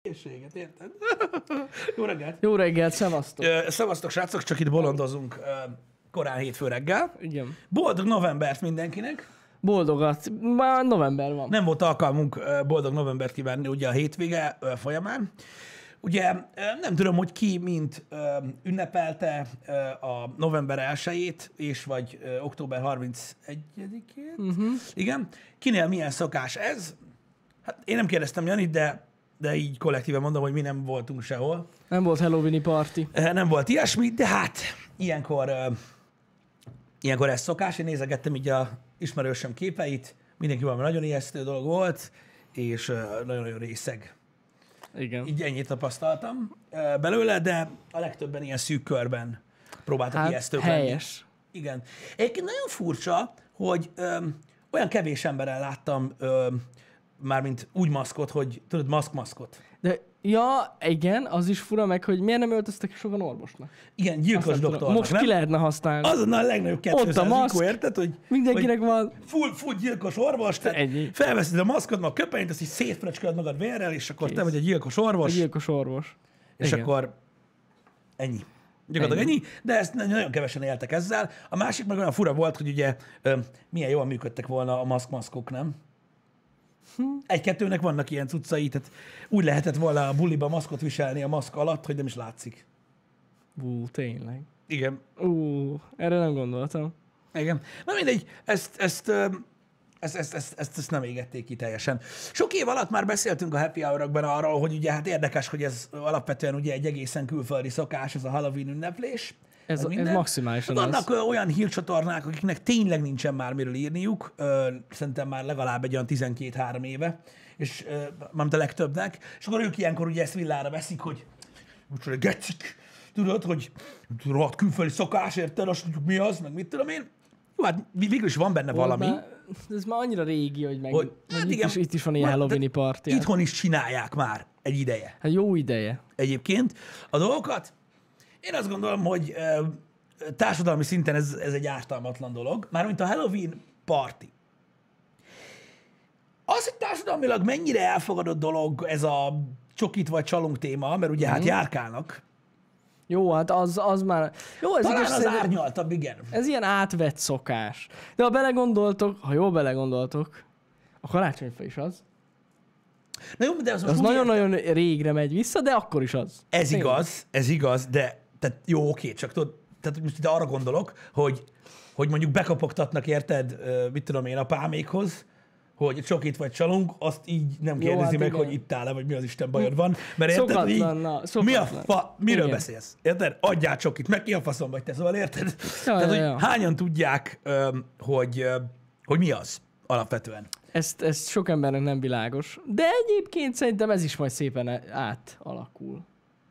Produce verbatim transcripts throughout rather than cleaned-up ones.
Készséget, érted? Jó reggelt! Jó reggelt, szevasztok! Ö, Szevasztok, srácok, csak itt bolondozunk ö, korán hétfő reggel. Igen. Boldog novembert mindenkinek! Boldogat. Már november van. Nem volt alkalmunk ö, boldog novembert kívánni ugye a hétvége ö, folyamán. Ugye ö, nem tudom, hogy ki mint ö, ünnepelte ö, a november elsejét, és vagy ö, október harmincegyedikét. Uh-huh. Igen. Kinél milyen szokás ez? Hát én nem kérdeztem Janit, de de így kollektíven mondom, hogy mi nem voltunk sehol. Nem volt Halloweeni party. Nem volt ilyesmi, de hát ilyenkor, uh, ilyenkor ez szokás. Én nézegettem így a ismerősöm képeit, mindenki valami nagyon ijesztő dolog volt, és uh, nagyon-nagyon részeg. Igen. Így ennyit tapasztaltam uh, belőle, de a legtöbben ilyen szűk körben próbáltak hát ijesztők helyes. lenni. Igen. Egyébként nagyon furcsa, hogy um, olyan kevés emberrel láttam um, mármint úgy maszkot, hogy tudod, maszk-maszkot. De ja, igen, az is fura meg, hogy miért nem öltöztek sokan orvosnak. Igen, gyilkos doktornak, most nem? ki lehetne használni. Azonnal a legnagyobb kettős Ott a maszk, zikó, érted? Hogy, mindenkinek hogy van. Full, full gyilkos orvos, tehát felveszed a maszkod, meg a köpenyt, azt így szétfröcsköd magad vérrel, és akkor Kész. Te vagy egy gyilkos orvos. A gyilkos orvos. És igen. akkor ennyi. Gyakorlatilag ennyi. ennyi, de ezt nagyon kevesen éltek ezzel. A másik meg olyan fura volt, hogy ugye milyen jól működtek volna a maszk-maszkok, nem? Egy-kettőnek vannak ilyen cuccai, tehát úgy lehetett volna a buliba maszkot viselni a maszk alatt, hogy nem is látszik. Ú, tényleg. Igen. Ú, erre nem gondoltam. Igen. Na mindegy, ezt, ezt, ezt, ezt, ezt, ezt, ezt nem égették ki teljesen. Sok év alatt már beszéltünk a happy hour-okban arról, hogy ugye hát érdekes, hogy ez alapvetően ugye egy egészen külföldi szokás, ez a Halloween ünneplés. Ez, ez maximálisan Vannak az. olyan hírcsatornák, akiknek tényleg nincsen már miről írniuk, szerintem már legalább egy olyan tizenkét-három éve, és mármint a legtöbbnek, és akkor ők ilyenkor ugye ezt villára veszik, hogy most gecik, tudod, hogy rohadt külföldi szokás, érted, azt tudjuk mi az, meg mit tudom én. Jó, hát végül is van benne valami. Már, ez már annyira régi, hogy meg hogy, hát itt, igen, is, itt is van ilyen Halloweeni party. Itthon is csinálják már egy ideje. Hát jó ideje. Egyébként a dolgokat. Én azt gondolom, hogy ö, társadalmi szinten ez, ez egy ártalmatlan dolog. Mármint a Halloween party. Az, hogy társadalmilag mennyire elfogadott dolog ez a csokit vagy csalunk téma, mert ugye mm. hát járkálnak. Jó, hát az, az már... Jó, ez talán az szerint... árnyaltabb, igen. Ez ilyen átvett szokás. De ha belegondoltok, ha jól belegondoltok, a karácsonyfa is az. Na jó, de az, az nagyon-nagyon régre megy vissza, de akkor is az. Ez Tényleg. igaz, ez igaz, de tehát jó, oké, csak tudod, tehát most ide arra gondolok, hogy, hogy mondjuk bekapogtatnak, érted, mit tudom én, apámékhoz, hogy csokit vagy csalunk, azt így nem kérdezi jó, hát meg, igen. hogy itt áll-e, vagy mi az Isten bajod van. Mert érted, szokatlan, így, na, szokatlan. Mi a fa, miről igen. beszélsz? Érted? Adjál csokit, meg ki a faszom vagy te, szóval érted? Ja, Tehát, ja, hogy ja. hányan tudják, hogy, hogy mi az alapvetően? Ezt, ezt sok embernek nem világos. De egyébként szerintem ez is majd szépen átalakul.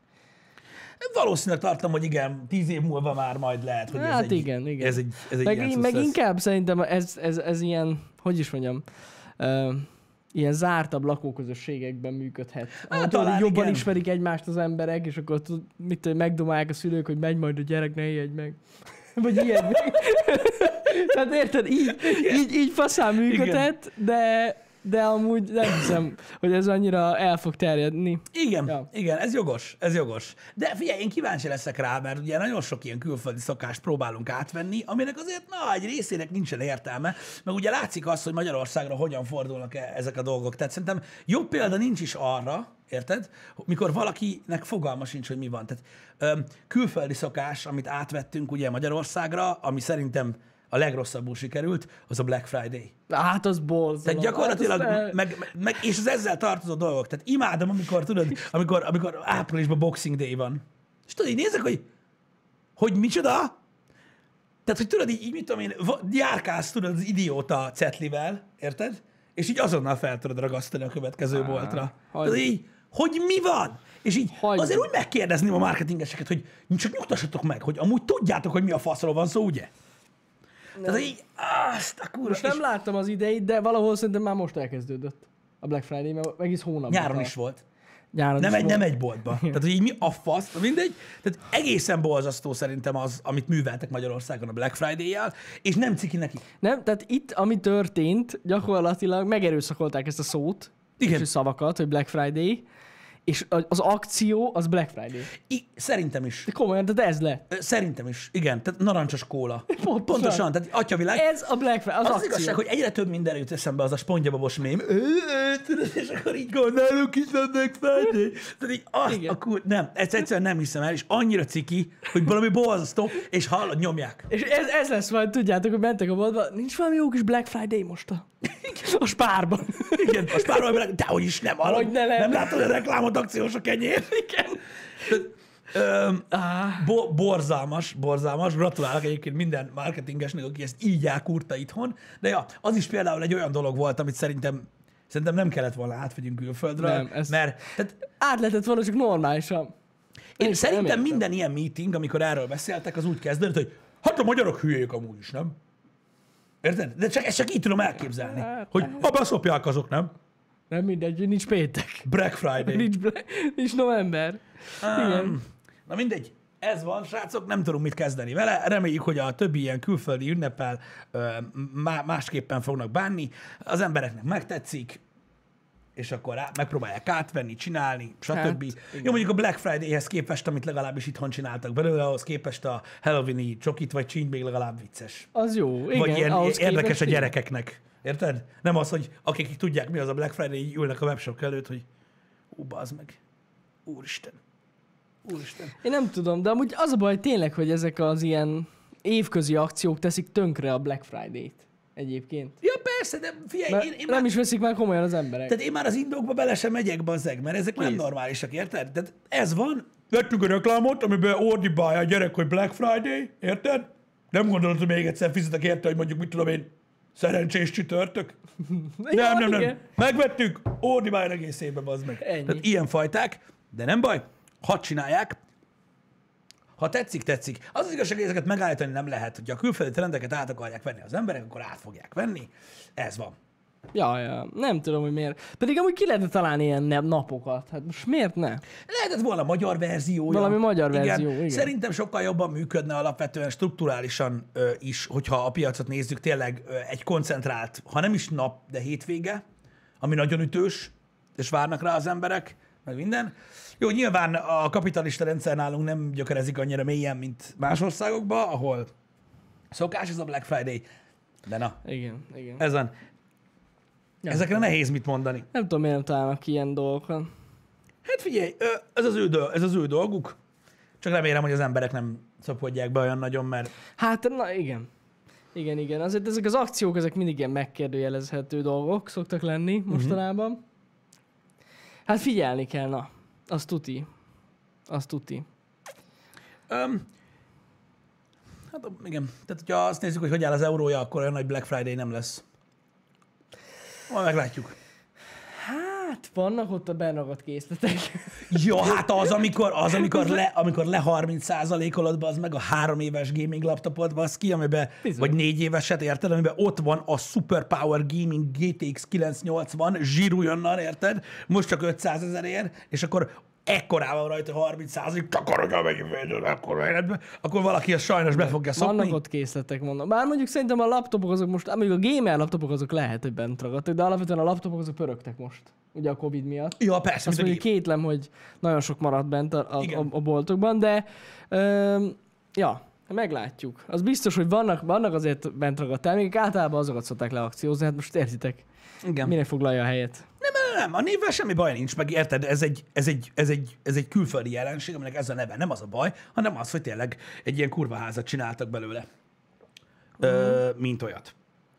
Valószínűleg tartom, hogy igen, tíz év múlva már majd lehet, hogy hát ez, egy, igen, igen. ez egy ez egy meg, ilyen meg inkább szerintem ez, ez, ez ilyen, hogy is mondjam, uh, ilyen zártabb lakóközösségekben működhet. Hát, talán jobban igen. ismerik egymást az emberek, és akkor tud, mit megdomálják a szülők, hogy megy majd a gyerek, ne ijedj meg. Vagy ijedj meg. Tehát érted, így, így, így faszán működhet, de... De amúgy nem hiszem, hogy ez annyira el fog terjedni. Igen, ja. igen, ez jogos, ez jogos. De figyelj, én kíváncsi leszek rá, mert ugye nagyon sok ilyen külföldi szokást próbálunk átvenni, aminek azért na, egy részének nincsen értelme, meg ugye látszik az, hogy Magyarországra hogyan fordulnak ezek a dolgok. Tehát szerintem jobb példa nincs is arra, érted? Mikor valakinek fogalma sincs, hogy mi van. Tehát öm, külföldi szokás, amit átvettünk ugye Magyarországra, ami szerintem a legrosszabbul sikerült, az a Black Friday. Hát az borzalom. Tehát gyakorlatilag, hát az... meg, meg, és az ezzel tartozó dolgok. Tehát imádom, amikor tudod, amikor, amikor áprilisban Boxing Day van. És tudod, így nézek, hogy hogy micsoda? Tehát, hogy tudod, így, így mit tudom én, járkálsz, tudod, az idióta cetlivel, érted? És így azonnal fel tudod ragasztani a következő boltra. Tudod, így, hogy mi van? És így hagyj. Azért úgy megkérdezném a marketingeseket, hogy csak nyugtassatok meg, hogy amúgy tudjátok, hogy mi a faszról van szó, ugye? Nem. Tehát így, azt a kurva. Most nem és... láttam az idejét, de valahol szerintem már most elkezdődött a Black Friday, mert egész hónapban. Nyáron is volt. Nyáron nem, is egy, volt. nem egy boltba. Tehát, hogy így mi a fasz, mindegy. Tehát egészen borzasztó szerintem az, amit műveltek Magyarországon a Black Friday-jel, és nem ciki neki. Nem, tehát itt, ami történt, gyakorlatilag megerőszakolták ezt a szót, és a szavakat, hogy Black Friday, És az akció az Black Friday. I, szerintem is. De komolyan, tehát ez lett. Szerintem is. Igen, tehát narancsos kóla. Pontosan. Pontosan, tehát atyavilág. Ez a Black Friday, az, Az, az akció. igazság, hogy egyre több minden jut eszembe az a SpongeBobos mém. Ö, ö, tudod, és akkor így gondolok is a Black Friday. Tehát így azt Igen. a kur... Nem, ezt egyszerűen nem hiszem el, és annyira ciki, hogy valami borzasztó, és hallod, nyomják. És ez, ez lesz majd, tudjátok, hogy mentek a boltba, nincs valami jó kis Black Friday most a, a Spárban. Igen, a Spárban, de hogy is nem hallod. Hogy ne lenne. Nem látod a reklámot, akciós a kenyér. Igen. Ö, Ah. bo- borzalmas, borzalmas. Gratulálok egyébként minden marketingesnek, aki ezt így elkúrta itthon. De ja, az is például egy olyan dolog volt, amit szerintem szerintem nem kellett volna átvegyünk külföldről, Nem, ez- mert tehát Át lehetett volna csak normálisan. én Én szerintem nem értem. minden ilyen meeting, amikor erről beszéltek, az úgy kezdődött, hogy hát a magyarok hülyék amúgy is, nem? Érted? De csak, ezt csak így tudom elképzelni, Hát, hogy ha beszopják azok, nem? Nem mindegy, hogy nincs péntek. Black Friday. Nincs, Black- nincs november. Igen. Um, na mindegy, ez van, srácok, nem tudunk mit kezdeni vele. Reméljük, hogy a többi ilyen külföldi ünnepel ö, má- másképpen fognak bánni. Az embereknek megtetszik, és akkor á, megpróbálják átvenni, csinálni, stb. Hát, igen. Jó, mondjuk a Black Friday-hez képest, amit legalábbis itthon csináltak belőle, ahhoz képest a Halloween-i csokit vagy csínyt még legalább vicces. Az jó. Igen, Vagy ilyen ahhoz érdekes képest a igen. gyerekeknek. Érted? Nem az, hogy akik tudják, mi az a Black Friday, így ülnek a webshop előtt, hogy ú, bazd meg. Úristen. Úristen. Én nem tudom, de amúgy az a baj tényleg, hogy ezek az ilyen évközi akciók teszik tönkre a Black Friday-t egyébként. Ja, persze, de figyelj, Mert én, én, nem már, is veszik már komolyan az emberek. tehát én már az indokba bele sem megyek, bazzeg, mert ezek nem Please. normálisak, érted? Tehát ez van, vettünk a reklámot, amiben ordibálja a gyerek, hogy Black Friday, érted? Nem gondolod, hogy még egyszer fizetek érte, hogy mondjuk, mit tudom én, szerencsés csütörtök? Ja, Nem, nem, nem. igen. Megvettük, ordibálja egész évben, bazd meg. Ennyi. Tehát ilyen fajták, de nem baj, hadd csinálják. Ha tetszik, tetszik. Az az igazság, hogy ezeket megállítani nem lehet. Hogyha a külföldi trendeket át akarják venni az emberek, akkor át fogják venni. Ez van. Ja, ja, nem tudom, hogy miért. Pedig amúgy ki lehetne találni ilyen ne- napokat. Hát most miért ne? Lehetett volna magyar verziója. Valami magyar verzió, igen. Szerintem sokkal jobban működne alapvetően strukturálisan ö, is, hogyha a piacot nézzük, tényleg ö, egy koncentrált, ha nem is nap, de hétvége, ami nagyon ütős, és várnak rá az emberek, meg minden. Jó, nyilván a kapitalista rendszer nálunk nem gyökerezik annyira mélyen, mint más országokban, ahol szokás ez a Black Friday, de na, Igen, igen. ez van. Ja. Ezekre nehéz mit mondani. Nem tudom, miért nem találnak ilyen dolgokat. Hát figyelj, ö, ez az ő, dol- ez az ő dolguk, csak remélem, hogy az emberek nem szapodják be olyan nagyon, mert Hát, na igen. Igen, igen. Azért ezek az akciók, ezek mindig ilyen megkérdőjelezhető dolgok szoktak lenni mostanában. Uh-huh. Hát figyelni kell, na. Az tuti. Az tuti. Öm, hát igen, tehát hogyha azt nézzük, hogy hogy áll az eurója, akkor olyan nagy Black Friday nem lesz. Majd meglátjuk. Hát, vannak ott a benragadt készletek. Jó, hát az, amikor, az, amikor, le, amikor le harminc százalékolod, az meg a három éves gaming laptopod, az ki, amiben, Bizony. vagy négy éveset, érted, amiben ott van a Super Power Gaming gé té iksz kilencszáznyolcvan, zsíruljonnal, érted? Most csak ötszázezerért, és akkor ekkorával rajta harminc százalék, takarodja meg, akkor, akkor valaki azt sajnos be fogja szopni. Vannak ott készletek, mondom. Bár mondjuk szerintem a laptopok azok most, mondjuk a gamer laptopok azok lehet, hogy bent ragadtak, de alapvetően a laptopok azok pörögtek most. Ugye a Covid miatt. Ja, persze, Azt mint a mondjuk kétlem, hogy nagyon sok maradt bent a, a, Igen. a, a boltokban, de öm, ja, meglátjuk. Az biztos, hogy vannak, vannak azért bent ragadt termékek, általában azokat szokták leakciózni, hát most értitek, Igen. minek foglalja a helyet. Nem, nem, nem, a névvel semmi baj nincs, meg érted, ez egy, ez egy, ez egy, ez egy külföldi jelenség, aminek ez a neve. Nem az a baj, hanem az, hogy tényleg egy ilyen kurvaházat csináltak belőle. Ö, mint olyat.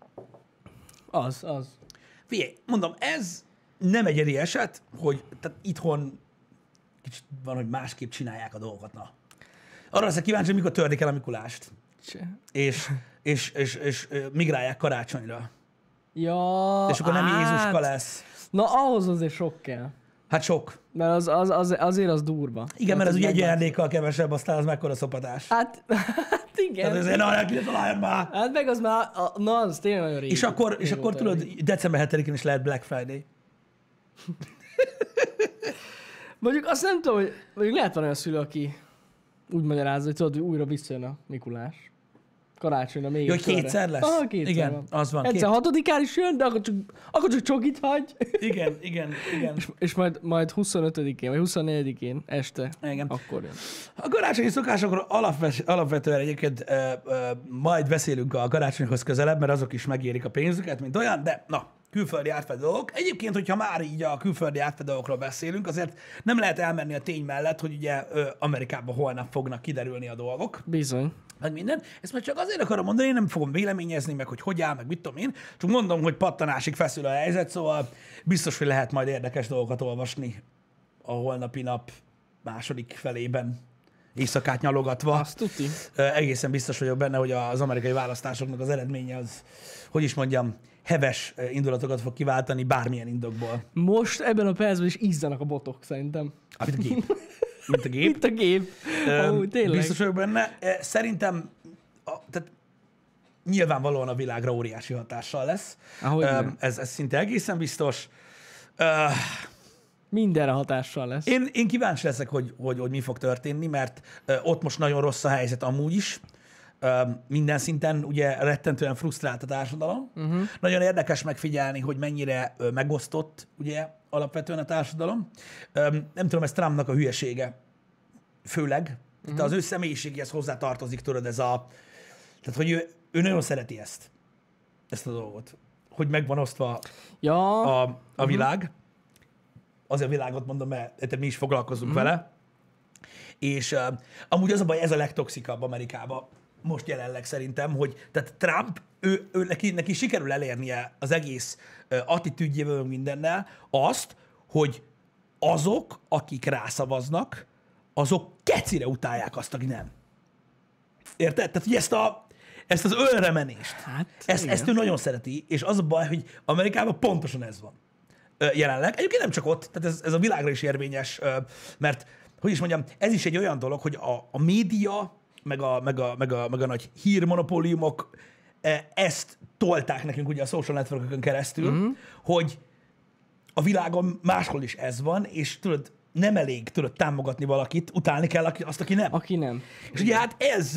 Az, az. Figyelj, mondom, ez nem egyedi eset, hogy tehát itthon kicsit van, hogy másképp csinálják a dolgokat. Na. Arra leszek kíváncsi, hogy mikor tördik el a Mikulást, Cse. és, és, és, és, és migrálják karácsonyra. Ja, És akkor nem át. Jézuska lesz. Na, ahhoz azért sok kell. Hát sok. Mert az, az, az, azért az durva. Igen, mert Hát az ugye egy meglátsz. ajándékkal kevesebb, aztán az mekkora szopatás. Hát, hát igen. Tehát azért, na, ne találjon már. Hát meg az már, a, na az tényleg nagyon régi. És akkor, és régóta akkor tudod, régi. december hetedikén is lehet Black Friday. Mondjuk azt nem tudom, hogy mondjuk lehet van olyan szülő, aki úgy magyarázza, hogy tudod, hogy újra visszajön a Mikulás. Karácsonyra még Jó, egy hogy körre. kétszer lesz? Aha, kétszer Igen, van. az van. Egyszer Két... hatodikán is jön, de akkor csak, akkor csak csokit hagy. Igen, igen, igen. És, és majd, majd huszonötödikén, vagy huszonnégyedikén este. Igen. Akkor jön. A karácsonyi szokásokról alapves, alapvetően egyébként ö, ö, majd beszélünk a karácsonyhoz közelebb, mert azok is megérik a pénzüket, mint olyan, de na, külföldi átfedő dolgok. Egyébként, hogyha már így a külföldi átfedő dolgokról beszélünk, azért nem lehet elmenni a tény mellett, hogy ugye ö, Amerikában holnap fognak kiderülni a dolgok. Bizony. Meg minden. Ezt már csak azért akarom mondani, én nem fogom véleményezni, meg hogy hogy áll, meg mit tudom én. Csak mondom, hogy pattanásig feszül a helyzet, szóval biztos, hogy lehet majd érdekes dolgokat olvasni a holnapi nap második felében, éjszakát nyalogatva. Azt tuti. Egészen biztos vagyok benne, hogy az amerikai választásoknak az eredménye az, hogy is mondjam, heves indulatokat fog kiváltani bármilyen indokból. Most ebben a percben is izzanak a botok, szerintem. Amit a gép. Mint a gép. Mint a gép. Ó, tényleg. Biztos vagyok benne. Szerintem, a, tehát nyilvánvalóan a világra óriási hatással lesz. Ahogy ez, ez szinte egészen biztos. Uh, Mindenre hatással lesz. Én, én kíváncsi leszek, hogy, hogy, hogy mi fog történni, mert uh, ott most nagyon rossz a helyzet amúgy is. Uh, minden szinten ugye rettentően frusztrált a társadalom. Uh-huh. Nagyon érdekes megfigyelni, hogy mennyire uh, megosztott ugye alapvetően a társadalom. Um, nem tudom, ez Trumpnak a hülyesége. Főleg. Uh-huh. De az ő személyiségéhez hozzá tartozik, tudod, ez a... Tehát, hogy ő, ő nagyon szereti ezt. Ezt a dolgot. Hogy meg van osztva ja. a, a uh-huh. világ. Azért a világot mondom, mert mi is foglalkozunk uh-huh. vele. És uh, amúgy az a baj, ez a legtoxikabb Amerikában most jelenleg szerintem, hogy tehát Trump, ő, ő neki, neki sikerül elérnie az egész uh, attitűdjével mindennel azt, hogy azok, akik rászavaznak, azok kecire utálják azt, aki nem. Érted? Tehát, hogy ezt, a, ezt az ölremenést, hát, ezt, ezt ő nagyon szereti, és az a baj, hogy Amerikában pontosan ez van jelenleg. Egyébként nem csak ott, tehát ez, ez a világra is érvényes, mert, hogy is mondjam, ez is egy olyan dolog, hogy a, a média, meg a, meg, a, meg, a, meg a nagy hírmonopóliumok ezt tolták nekünk ugye a social networkokon keresztül, mm-hmm. hogy a világon máshol is ez van, és tudod, nem elég tudod támogatni valakit, utálni kell azt, aki nem. Aki nem. És ugye hát ez...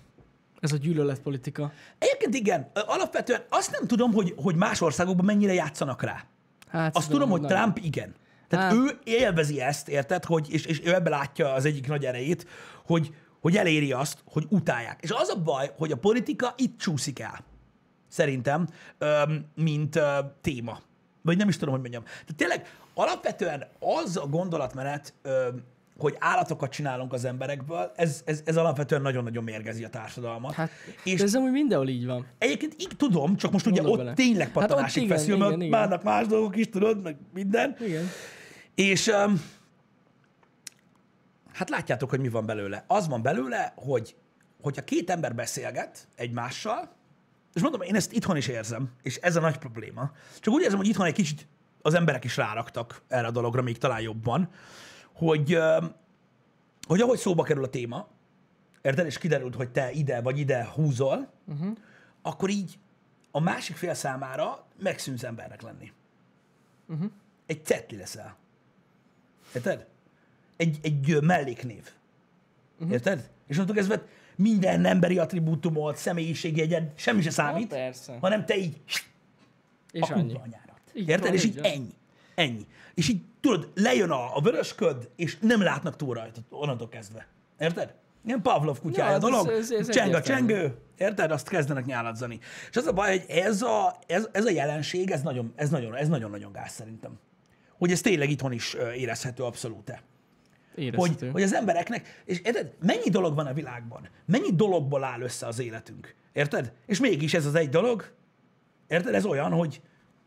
Ez a gyűlöletpolitika. Egyébként igen, alapvetően azt nem tudom, hogy, hogy más országokban mennyire játszanak rá. Hát, azt tudom, hogy Trump nagyon. Igen. Tehát hát. Ő élvezi ezt, érted, hogy, és, és ő ebben látja az egyik nagy erejét, hogy, hogy eléri azt, hogy utálják. És az a baj, hogy a politika itt csúszik el. Szerintem, mint téma. Vagy nem is tudom, hogy mondjam. Tehát tényleg alapvetően az a gondolatmenet, hogy állatokat csinálunk az emberekből, ez, ez, ez alapvetően nagyon-nagyon mérgezi a társadalmat. Hát, és ez amúgy mindenhol így van. Egyébként így tudom, csak most ugye ott bele. Tényleg pattanásig hát feszül, mert márnak más dolgok is, tudod, meg minden. Igen. És um, hát látjátok, hogy mi van belőle. Az van belőle, hogy hogyha két ember beszélget egymással, és mondom, én ezt itthon is érzem, és ez a nagy probléma. Csak úgy érzem, hogy itthon egy kicsit az emberek is ráraktak erre a dologra, még talán jobban, hogy, hogy ahogy szóba kerül a téma, érted, és kiderült, hogy te ide vagy ide húzol, uh-huh. akkor így a másik fél számára megszűnsz embernek lenni. Uh-huh. Egy cetli leszel. Érted? Egy, egy melléknév. Uh-huh. Érted? És onnantól kezdve minden emberi attribútumot, személyiségjegyed, semmi se számít, persze. hanem te így és a kurva anyárat. Érted? És így ennyi. Ennyi. És így tudod, lejön a, a vörösköd, és nem látnak túl rajta onnantól kezdve. Érted? Ilyen Pavlov kutyája ja, dolog, ez, ez, ez cseng a csengő, érted? Azt kezdenek nyáladzani. És az a baj, hogy ez a, ez, ez a jelenség, ez nagyon, ez nagyon, ez nagyon-nagyon gáz szerintem. Hogy ez tényleg itthon is érezhető abszolút-e. Hogy, hogy az embereknek, és érted, mennyi dolog van a világban? Mennyi dologból áll össze az életünk? Érted? És mégis ez az egy dolog, érted? Ez olyan, hogy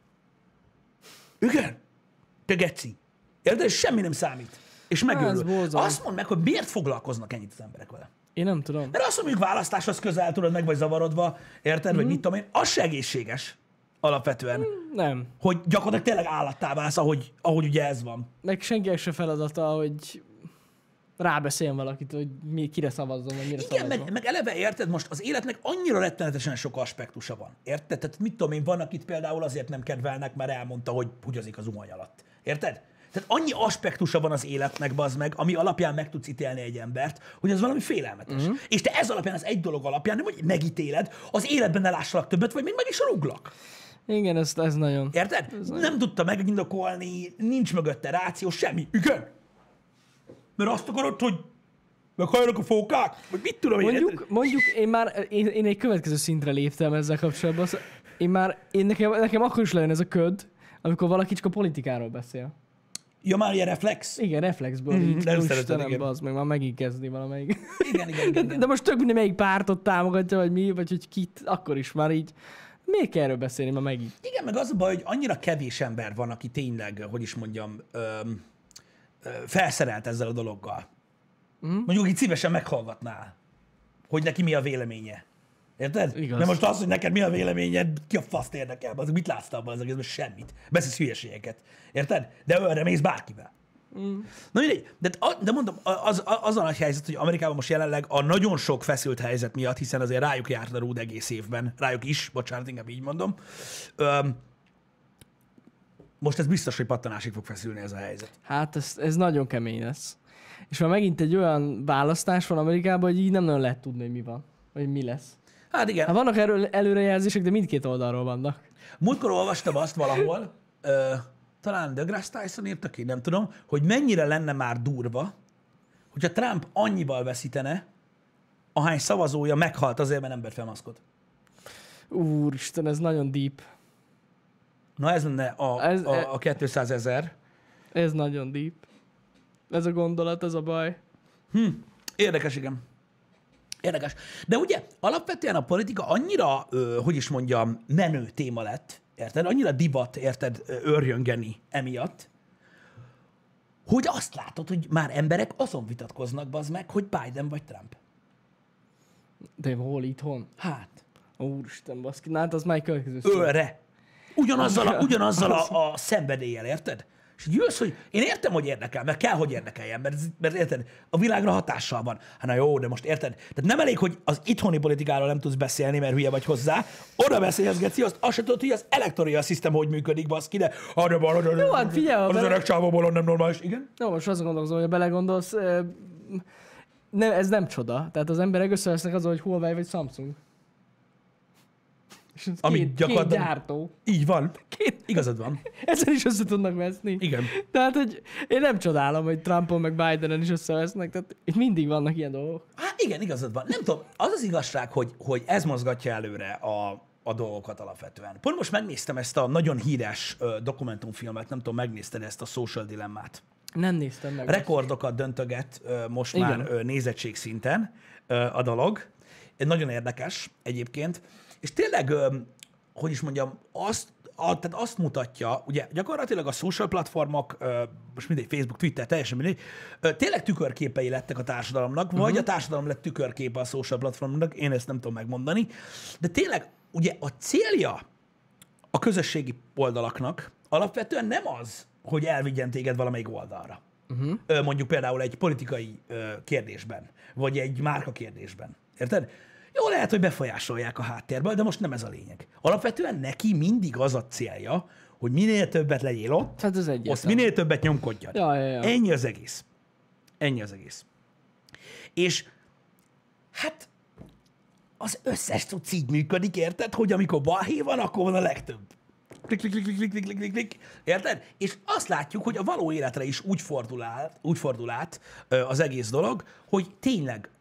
igen, te geci. Érted? És semmi nem számít. És megőrül. Azt mondd meg, hogy miért foglalkoznak ennyit az emberek vele. Én nem tudom. Mert azt mondjuk választáshoz közel tudod, meg vagy zavarodva, érted? Mm-hmm. Vagy mit tudom én, az se egészséges alapvetően. Mm, nem. Hogy gyakorlatilag tényleg állattá válsz, ahogy, ahogy ugye ez van. Meg senkinek se feladata, hogy rábeszéljen valakit, hogy mi, kire szavazzon, vagy mire igen, szavazzon. meg, meg eleve érted, most az életnek annyira rettenetesen sok aspektusa van. Érted? Tehát mit tudom én, vannak itt például azért nem kedvelnek, mert elmondta, hogy hugyozik az umany alatt. Érted? Tehát annyi aspektusa van az életnek, bazd meg, ami alapján meg tudsz ítélni egy embert, hogy az valami félelmetes. Uh-huh. És te ez alapján, az egy dolog alapján, nem hogy megítéled, az életben ne lássalak többet, vagy még meg is rúglak. Igen, ez, ez nagyon... Érted? Ez nem nagyon. Tudta megindokolni, nincs mögötte ráció, semmi. Igen. Mert azt akarod, hogy meghajlanak a fókák? Vagy mit tudom mondjuk, én? Mondjuk én már, én, én egy következő szintre léptem ezzel kapcsolatban. Én már, én nekem, nekem akkor is lejön ez a köd, amikor valaki csak a politikáról beszél. Ja, már ilyen reflex? Igen, reflexből. Mm, így, nem szeretem, igen. Az meg már megint kezdni valamelyik. Igen, igen, igen, igen. De most tök mindegy, melyik pártot támogatja, vagy mi, vagy hogy kit, akkor is már így. Miért kell erről beszélni ma megint? Igen, meg az a baj, hogy annyira kevés ember van, aki tényleg, hogy is mondjam, öm, ö, felszerelt ezzel a dologgal. Mm. Mondjuk így szívesen meghallgatnál, hogy neki mi a véleménye. Érted? Igaz. Mert most az, hogy neked mi a véleményed, ki a faszt érdekel, az mit látsz abban az egészben? Semmit. Beszélsz hülyeségeket. Érted? De őre mész bárkivel. Mm. Na mindegy, de, de mondom, az, az a nagy helyzet, hogy Amerikában most jelenleg a nagyon sok feszült helyzet miatt, hiszen azért rájuk járt a rúd egész évben, rájuk is, bocsánat, inkább így mondom, öm, most ez biztos, hogy pattanásig fog feszülni ez a helyzet. Hát ez, ez nagyon kemény lesz. És már megint egy olyan választás van Amerikában, hogy így nem nagyon lehet tudni, hogy mi van, vagy mi lesz. Hát igen. Hát vannak erről előrejelzések, de mindkét oldalról vannak. Múltkor olvastam azt valahol, ö, talán DeGrasse Tyson írta ki, nem tudom, hogy mennyire lenne már durva, hogyha Trump annyival veszítene, ahány szavazója meghalt azért, mert nem vett fel maszkot. Úristen, ez nagyon deep. Na ez lenne a, ez, a, a kétszázezer. Ez nagyon deep. Ez a gondolat, ez a baj. Hm, érdekes, igen. Érdekes. De ugye alapvetően a politika annyira, ö, hogy is mondjam, menő téma lett, érted? Annyira divat, érted, örjöngeni emiatt, hogy azt látod, hogy már emberek azon vitatkoznak, bazd meg, hogy Biden vagy Trump. De hol itthon? Hát. Úristen, baszki, hát az már egy következő szó. Őre. Ugyanazzal, a, ugyanazzal a, a szenvedéllyel, érted? És jössz, hogy én értem, hogy érdekel, mert kell, hogy érdekeljen, mert, mert érted, a világra hatással van. Hát na jó, de most érted? Tehát nem elég, hogy az itthoni politikáról nem tudsz beszélni, mert hülye vagy hozzá, oda beszélsz, Geci, azt, azt se tudod, hogy az electoral system hogy működik, baszki, de arra van, arra, jó, hát figyelj, az öreg csávóból nem normális, igen? Jó, most azt gondolkozom, hogy belegondolsz, nem, ez nem csoda. Tehát az emberek összevesznek azon, hogy Huawei vagy Samsung. Ami két, gyakorlatilag... két gyártó. Így van. Két... Igazad van. Ezzel is össze tudnak veszni. Igen. Tehát, hogy én nem csodálom, hogy Trumpon meg Bidenen is összevesznek, tehát itt mindig vannak ilyen dolgok. Hát igen, igazad van. Nem tudom, az az igazság, hogy, hogy ez mozgatja előre a, a dolgokat alapvetően. Pont most megnéztem ezt a nagyon híres uh, dokumentumfilmet, nem tudom, megnézted ezt a Social Dilemmát. Nem néztem meg. Rekordokat döntöget uh, most igen. már uh, nézettség szinten uh, a dolog. Nagyon érdekes egyébként. És tényleg, hogy is mondjam, azt, a, tehát azt mutatja, ugye gyakorlatilag a social platformok, most mindegy, Facebook, Twitter, teljesen mindegy, tényleg tükörképei lettek a társadalomnak, uh-huh. vagy a társadalom lett tükörképe a social platformoknak, én ezt nem tudom megmondani, de tényleg ugye a célja a közösségi oldalaknak alapvetően nem az, hogy elvigyen téged valamelyik oldalra. Uh-huh. Mondjuk például egy politikai kérdésben, vagy egy márka kérdésben. Érted? Jó, lehet, hogy befolyásolják a háttérből, de most nem ez a lényeg. Alapvetően neki mindig az a célja, hogy minél többet legyél ott, hát az azt minél többet nyomkodjad. Ja, ja, ja. Ennyi az egész. Ennyi az egész. És hát az összes tudsz így működik, érted? Hogy amikor balhé van, akkor van a legtöbb. Klik, klik, klik, klik, klik, klik, klik, klik. Érted? És azt látjuk, hogy a való életre is úgy fordul át, úgy fordul át az egész dolog, hogy tényleg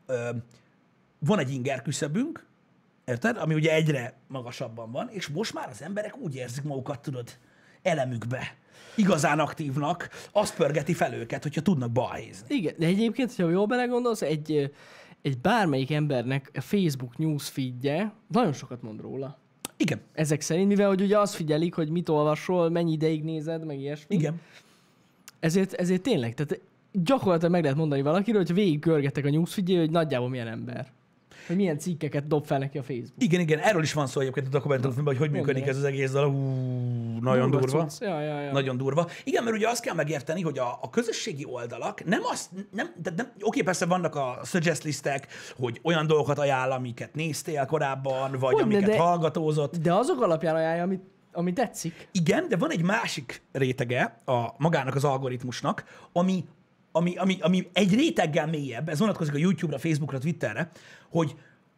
van egy inger küszöbünk, érted? Ami ugye egyre magasabban van, és most már az emberek úgy érzik magukat, tudod, elemükbe. Igazán aktívnak, azt pörgeti fel őket, hogyha tudnak balhézni. Igen, de egyébként, ha jól belegondolsz, egy, egy bármelyik embernek a Facebook newsfeedje nagyon sokat mond róla. Igen. Ezek szerint, mivel hogy ugye azt figyelik, hogy mit olvasol, mennyi ideig nézed, meg ilyesmi. Igen. Ezért, ezért tényleg, tehát gyakorlatilag meg lehet mondani valakiről, hogy végig görgettek a newsfeedje, hogy nagyjából milyen ember. Hogy milyen cikkeket dob fel neki a Facebook. Igen, igen, erről is van szó egyébként a dokumentumfilmben, hogy hogy működik ez az egész dolog. Hú, nagyon durva. durva. Ja, ja, ja. Nagyon durva. Igen, mert ugye azt kell megérteni, hogy a, a közösségi oldalak nem azt, nem, de nem, oké, persze vannak a suggest listek, hogy olyan dolgokat ajánl, amiket néztél korábban, vagy Hogyne, amiket de, hallgatózott. De azok alapján ajánlja, amit Ami tetszik. Igen, de van egy másik rétege a magának az algoritmusnak, ami, ami, ami, ami egy réteggel mélyebb, ez vonatkozik a YouTube-ra, Facebookra, Twitterre, hogy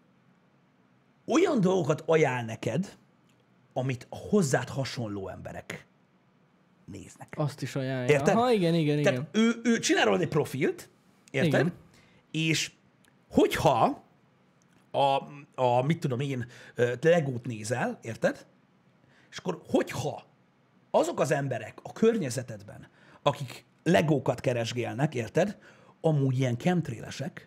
olyan dolgokat ajánl neked, amit a hozzád hasonló emberek néznek. Azt is ajánlja. Érted? Aha, igen, igen, igen. Tehát ő, ő csinál rólad egy profilt, érted? Igen. És hogyha a, a, mit tudom én, Legót nézel, érted? És akkor hogyha azok az emberek a környezetedben, akik Legókat keresgélnek, érted? Amúgy ilyen chemtrailesek,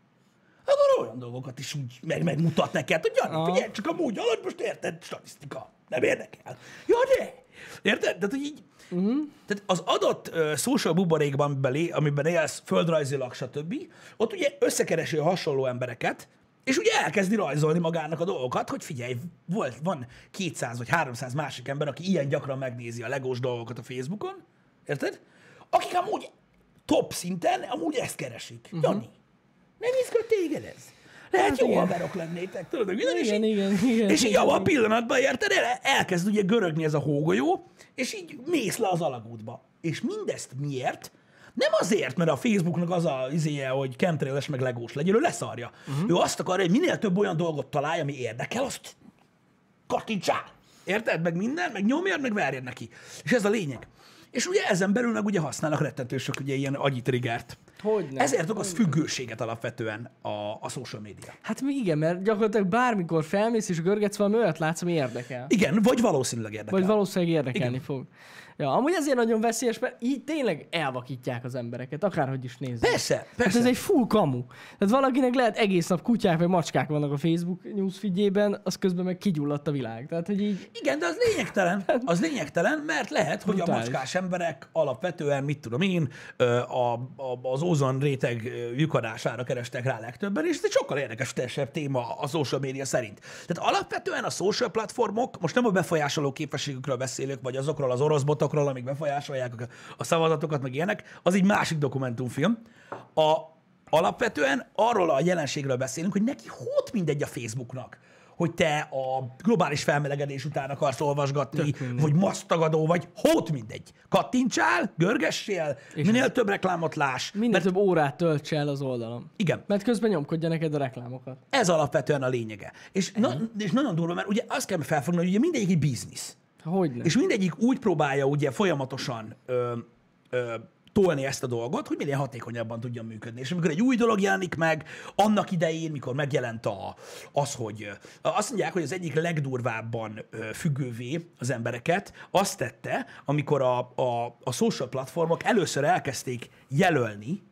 akkor olyan dolgokat is úgy meg, megmutat neked, hogy Jani, figyelj, csak amúgy alatt most érted, statisztika, nem érdekel. Ja, de! Érted? Tehát, hogy így, uh-huh. tehát az adott uh, social buborékban belé, amiben élsz, földrajzilag, stb., ott ugye összekeresi a hasonló embereket, és ugye elkezdi rajzolni magának a dolgokat, hogy figyelj, volt, van kétszáz vagy háromszáz másik ember, aki ilyen gyakran megnézi a legós dolgokat a Facebookon, érted? Akik amúgy top szinten amúgy ezt keresik. Uh-huh. Jani, nem izgat téged ez? Lehet hát jó igen. haverok lennétek, tudod, hogy minden, igen, és, igen, igen, igen, és így igen, abban a pillanatban, érted, el, elkezd ugye görögni ez a hógolyó, és így mész le az alagútba. És mindezt miért? Nem azért, mert a Facebooknak az a izéje, hogy chemtrailes meg legós legyen, ő leszarja. Uh-huh. Ő azt akarja, hogy minél több olyan dolgot találj, ami érdekel, azt kattintsál. Érted? Meg minden, meg nyomjad, meg verjed neki. És ez a lényeg. És ugye ezen belül meg ugye használnak rettentő sok ugye ilyen agyi triggert. Hogyne. Ezért okoz függőséget alapvetően a, a social media. Hát igen, mert gyakorlatilag bármikor felmész és görgetsz valami olyat látsz, ami érdekel. Igen, vagy valószínűleg érdekel. Vagy valószínűleg érdekelni igen. fog. Ja, amúgy ezért nagyon veszélyes, mert így tényleg elvakítják az embereket, akárhogy is nézzük. Persze, persze. Hát ez egy full kamu. Tehát valakinek lehet egész nap kutyák vagy macskák vannak a Facebook newsfeedjében, az közben meg kigyulladt a világ. Tehát, hogy így... Igen, de az lényegtelen. Az lényegtelen, mert lehet, hogy brutális. A macskás emberek alapvetően, mit tudom én, a, a, az ózon réteg lyukadására kerestek rá legtöbben, és ez egy sokkal érdekesebb téma a social media szerint. Tehát alapvetően a social platformok, most nem a befolyásoló képességükről beszélök, vagy azokról az orosz botokról, amik befolyásolják a szavazatokat, meg ilyenek, az egy másik dokumentumfilm. A, alapvetően arról a jelenségről beszélünk, hogy neki hót mindegy a Facebooknak, hogy te a globális felmelegedés után akarsz olvasgatni, vagy masztagadó, vagy hót mindegy. Kattintsál, görgessél, és minél ez... több reklámot láss. Minél mert... több órát tölts el az oldalon. Igen. Mert közben nyomkodja neked a reklámokat. Ez alapvetően a lényege. És, na, és nagyon durva, mert ugye azt kell felfogni, hogy ugye mindegyik egy biznisz. Hogyne. És mindegyik úgy próbálja ugye folyamatosan ö, ö, tolni ezt a dolgot, hogy minél hatékonyabban tudjon működni. És amikor egy új dolog jelenik meg, annak idején, mikor megjelent a, az, hogy azt mondják, hogy az egyik legdurvábban függővé az embereket azt tette, amikor a, a, a social platformok először elkezdték jelölni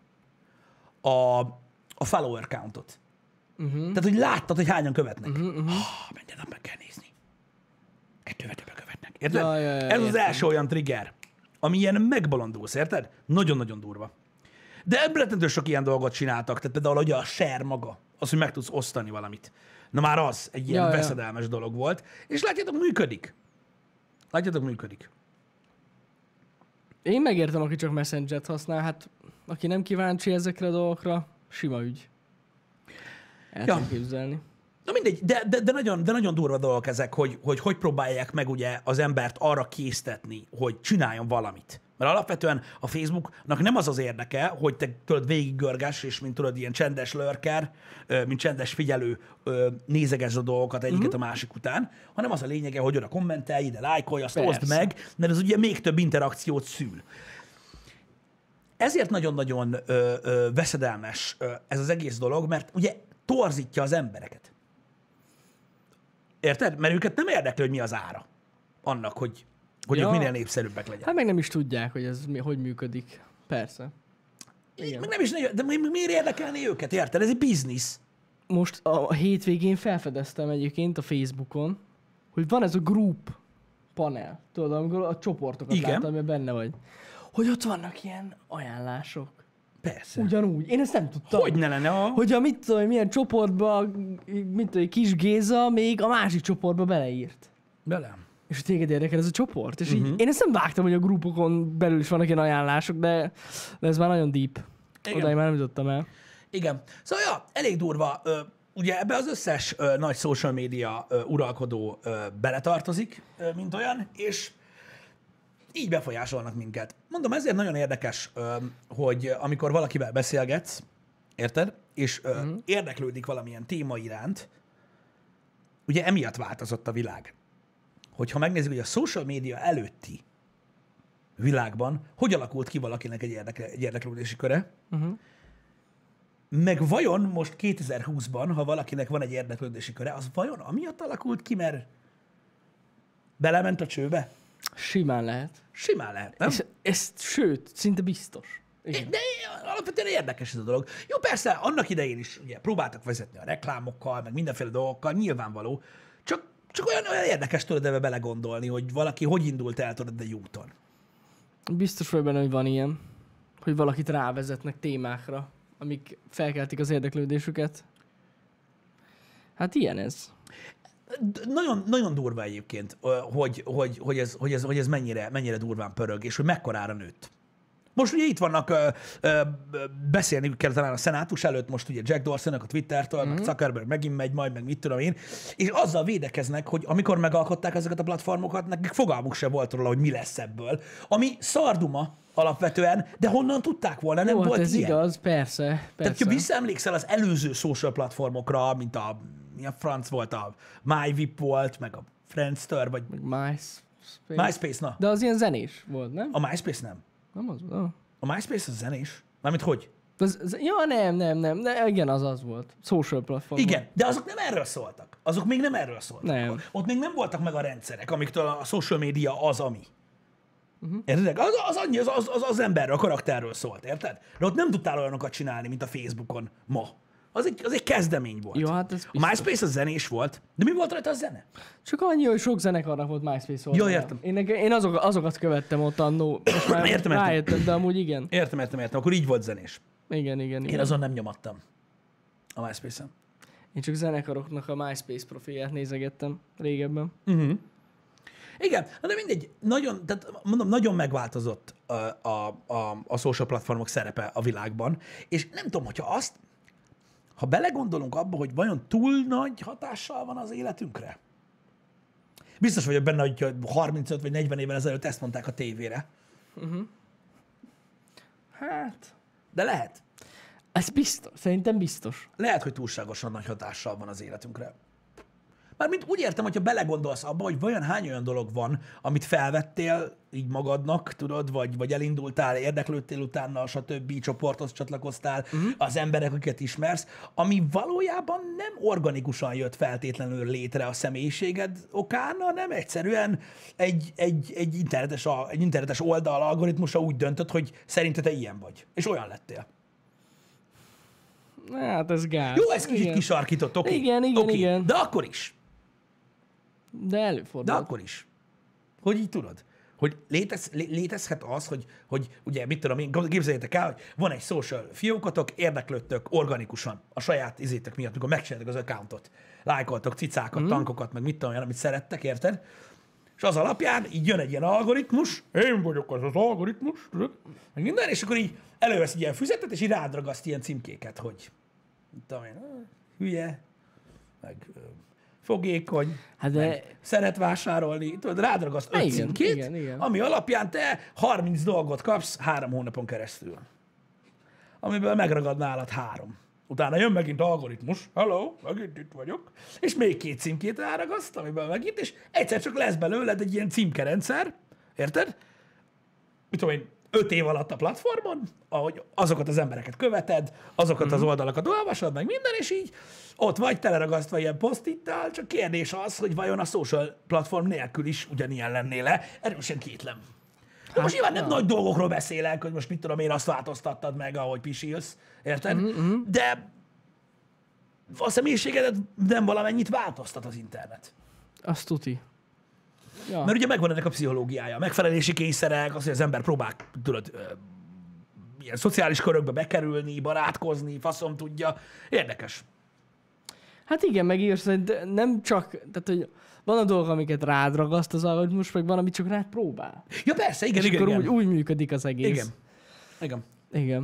a, a follower countot. Uh-huh. Tehát, hogy láttad, hogy hányan követnek. Uh-huh, uh-huh. Oh, minden nap meg kell nézni. Kettővel többen követnek. Érted? Ja, ja, ja, Ez értem. Az első olyan trigger, ami ilyen megbolondulsz, érted? Nagyon-nagyon durva. De ebből rettentő sok ilyen dolgot csináltak, tehát például ugye a share maga, az, hogy meg tudsz osztani valamit. Na már az egy ilyen ja, veszedelmes ja. dolog volt, és látjátok, működik. Látjátok, működik. Én megértem, aki csak Messenger-t használ, hát aki nem kíváncsi ezekre a dolgokra, sima ügy. El ja. tudom képzelni. Na mindegy, de, de, de, nagyon, de nagyon durva dolgok ezek, hogy, hogy hogy próbálják meg ugye az embert arra késztetni, hogy csináljon valamit. Mert alapvetően a Facebooknak nem az az érdeke, hogy te tudod végiggörgess, és mint tudod, ilyen csendes lurker, mint csendes figyelő nézegesd a dolgokat egyiket uh-huh. a másik után, hanem az a lényege, hogy oda kommentelj, ide lájkolj, azt Persze. oszd meg, mert ez ugye még több interakciót szül. Ezért nagyon-nagyon ö, ö, veszedelmes ö, ez az egész dolog, mert ugye torzítja az embereket. Érted? Mert őket nem érdekli, hogy mi az ára annak, hogy, hogy ja. ők minél népszerűbbek legyenek. Hát meg nem is tudják, hogy ez mi, hogy működik. Persze. Igen. Meg nem is, de miért érdekelni őket? Érted? Ez egy biznisz. Most a hétvégén felfedeztem egyébként a Facebookon, hogy van ez a group panel. Tudod, amikor a csoportokat Igen. láttam, amiben benne vagy. Hogy ott vannak ilyen ajánlások. Persze. Ugyanúgy. Én ezt nem tudtam. Hogy ne lenne a... Hogy a mit tudom, milyen csoportba, mit tudom, Kis Géza még a másik csoportba beleírt. Bele. És hogy téged érdekel ez a csoport. És uh-huh. így, én ezt nem vágtam, hogy a grupokon belül is vannak ilyen ajánlások, de, de ez már nagyon deep. Igen. Oda én már nem jutottam el. Igen. Szóval ja, elég durva. ugye ebbe az összes ö, nagy social media ö, uralkodó ö, beletartozik, ö, mint olyan, és így befolyásolnak minket. Mondom, ezért nagyon érdekes, ö, hogy amikor valakivel beszélgetsz, érted? És ö, uh-huh. érdeklődik valamilyen téma iránt, ugye emiatt változott a világ. Hogyha megnézzük, hogy a social media előtti világban hogy alakult ki valakinek egy, érdekle, egy érdeklődési köre, uh-huh. meg vajon most kétezer-húszban, ha valakinek van egy érdeklődési köre, az vajon amiatt alakult ki, mert belement a csőbe? Simán lehet. Simán lehet, nem? És ez, sőt, szinte biztos. Igen. De alapvetően érdekes ez a dolog. Jó, persze, annak idején is ugye, próbáltak vezetni a reklámokkal, meg mindenféle dolgokkal, nyilvánvaló. Csak, csak olyan, olyan érdekes tudod ebbe belegondolni, hogy valaki hogy indult el tudod egy úton. Biztos vagy benne, hogy van ilyen, hogy valakit rávezetnek témákra, amik felkeltik az érdeklődésüket. Hát ilyen ez. Nagyon, nagyon durva egyébként, hogy, hogy, hogy, ez, hogy, ez, hogy ez mennyire, mennyire durván pörög, és hogy mekkorára nőtt. Most ugye itt vannak, ö, ö, beszélni kell talán a szenátus előtt, most ugye Jack Dorsey-nak a Twittertől, mm-hmm. meg Zuckerberg megint megy majd, meg mit tudom én, és azzal védekeznek, hogy amikor megalkották ezeket a platformokat, nekik fogalmuk se volt róla, hogy mi lesz ebből. Ami szarduma alapvetően, de honnan tudták volna, nem Jó, volt hát ez ilyen. igaz, persze, persze. Tehát, ha visszaemlékszel az előző social platformokra, mint a, milyen franc volt, a MyVip volt, meg a Friendster, vagy Meg MySpace. MySpace, na. De az ilyen zenés volt, nem? A MySpace nem. Nem az volt. A MySpace az zenés? Mármint hogy? Az, az, ja, nem, nem, nem. De igen, az az volt. Social platform. Igen, de azok nem erről szóltak. Azok még nem erről szóltak. Nem. Akkor. Ott még nem voltak meg a rendszerek, amiktől a social media az, ami. Uh-huh. Érted? Az, az annyi, az, az, az, az emberről, a karakterről szólt, érted? De ott nem tudtál olyanokat csinálni, mint a Facebookon ma. Az egy, az egy kezdemény volt. Jó, hát ez a MySpace az zenés volt, de mi volt rajta a zene? Csak annyi, hogy sok zenekarnak volt MySpace oldala. Jó, értem. Én, én azok, azokat követtem ott annó, és már értem, rájöttem, értem. de amúgy igen. Értem, értem, értem. Akkor így volt zenés. Igen, igen, igen. Én azon nem nyomattam a MySpace-en. Én csak zenekaroknak a MySpace profilját nézegettem régebben. Uh-huh. Igen, de mindegy, nagyon, tehát mondom, nagyon megváltozott a, a, a, a social platformok szerepe a világban, és nem tudom, hogyha azt, ha belegondolunk abba, hogy vajon túl nagy hatással van az életünkre? Biztos vagyok benne, hogy harmincöt vagy negyven évvel ezelőtt ezt mondták a tévére. Uh-huh. Hát... De lehet. Ez biztos. Szerintem biztos. Lehet, hogy túlságosan nagy hatással van az életünkre. Mármint úgy értem, hogyha belegondolsz abba, hogy vajon hány olyan dolog van, amit felvettél így magadnak, tudod, vagy, vagy elindultál, érdeklődtél utána, stb. Csoporthoz csatlakoztál, uh-huh. az emberek, akiket ismersz, ami valójában nem organikusan jött feltétlenül létre a személyiséged okán, hanem egyszerűen egy, egy, egy, internetes, egy internetes oldal algoritmusa úgy döntött, hogy szerinted te ilyen vagy, és olyan lettél. Hát ez gáz. Jó, ez kicsit kisarkított, oké. Okay. Igen, igen, okay. igen. De akkor is. De előfordul. De akkor is. Hogy így tudod? Hogy létez, lé, létezhet az, hogy, hogy ugye, mit tudom én, képzeljétek el, hogy van egy social fiókotok, érdeklődtök organikusan a saját izétek miatt, amikor megcsináltak az accountot. Lájkoltok cicákat, mm. tankokat, meg mit tudom én, amit szerettek, érted? És az alapján így jön egy ilyen algoritmus, én vagyok az az algoritmus, tudod? Meg minden, és akkor így elővesz egy ilyen füzetet, és így rádragaszt ilyen címkéket, hogy mit tudom én, hülye, meg fogékony, hát de... meg szeret vásárolni, tudod, rádragaszt öt igen, címkét, igen, igen. ami alapján te harminc dolgot kapsz három hónapon keresztül. Amiből megragad nálad három. Utána jön megint algoritmus, hello, megint itt vagyok, és még két címkét ráragaszt, amiből megint, és egyszer csak lesz belőled egy ilyen címkerendszer, érted? Mit tudom én, öt év alatt a platformon, ahogy azokat az embereket követed, azokat mm-hmm. az oldalakat olvasod, meg minden, és így ott vagy teleragasztva ilyen posztittal, csak kérdés az, hogy vajon a social platform nélkül is ugyanilyen lennél-e, erősen kétlem. Hát, most nyilván nem ja. nagy dolgokról beszélek, hogy most mit tudom én, azt változtattad meg, ahogy pisilsz, érted? Mm-hmm. De a személyiségedet nem valamennyit változtat az internet. Azt tuti. Ja. Mert ugye megvan ennek a pszichológiája, megfelelési kényszerek, az, hogy az ember próbál, tudod, ilyen szociális körökbe bekerülni, barátkozni, faszom tudja. Érdekes. Hát igen, megírsz, hogy nem csak, tehát hogy van a dolgok, amiket rád ragaszt az algoritmus, meg van, amit csak rád próbál. Ja persze, igen, és igen, akkor igen. Úgy, úgy működik az egész. Igen. Igen. Igen.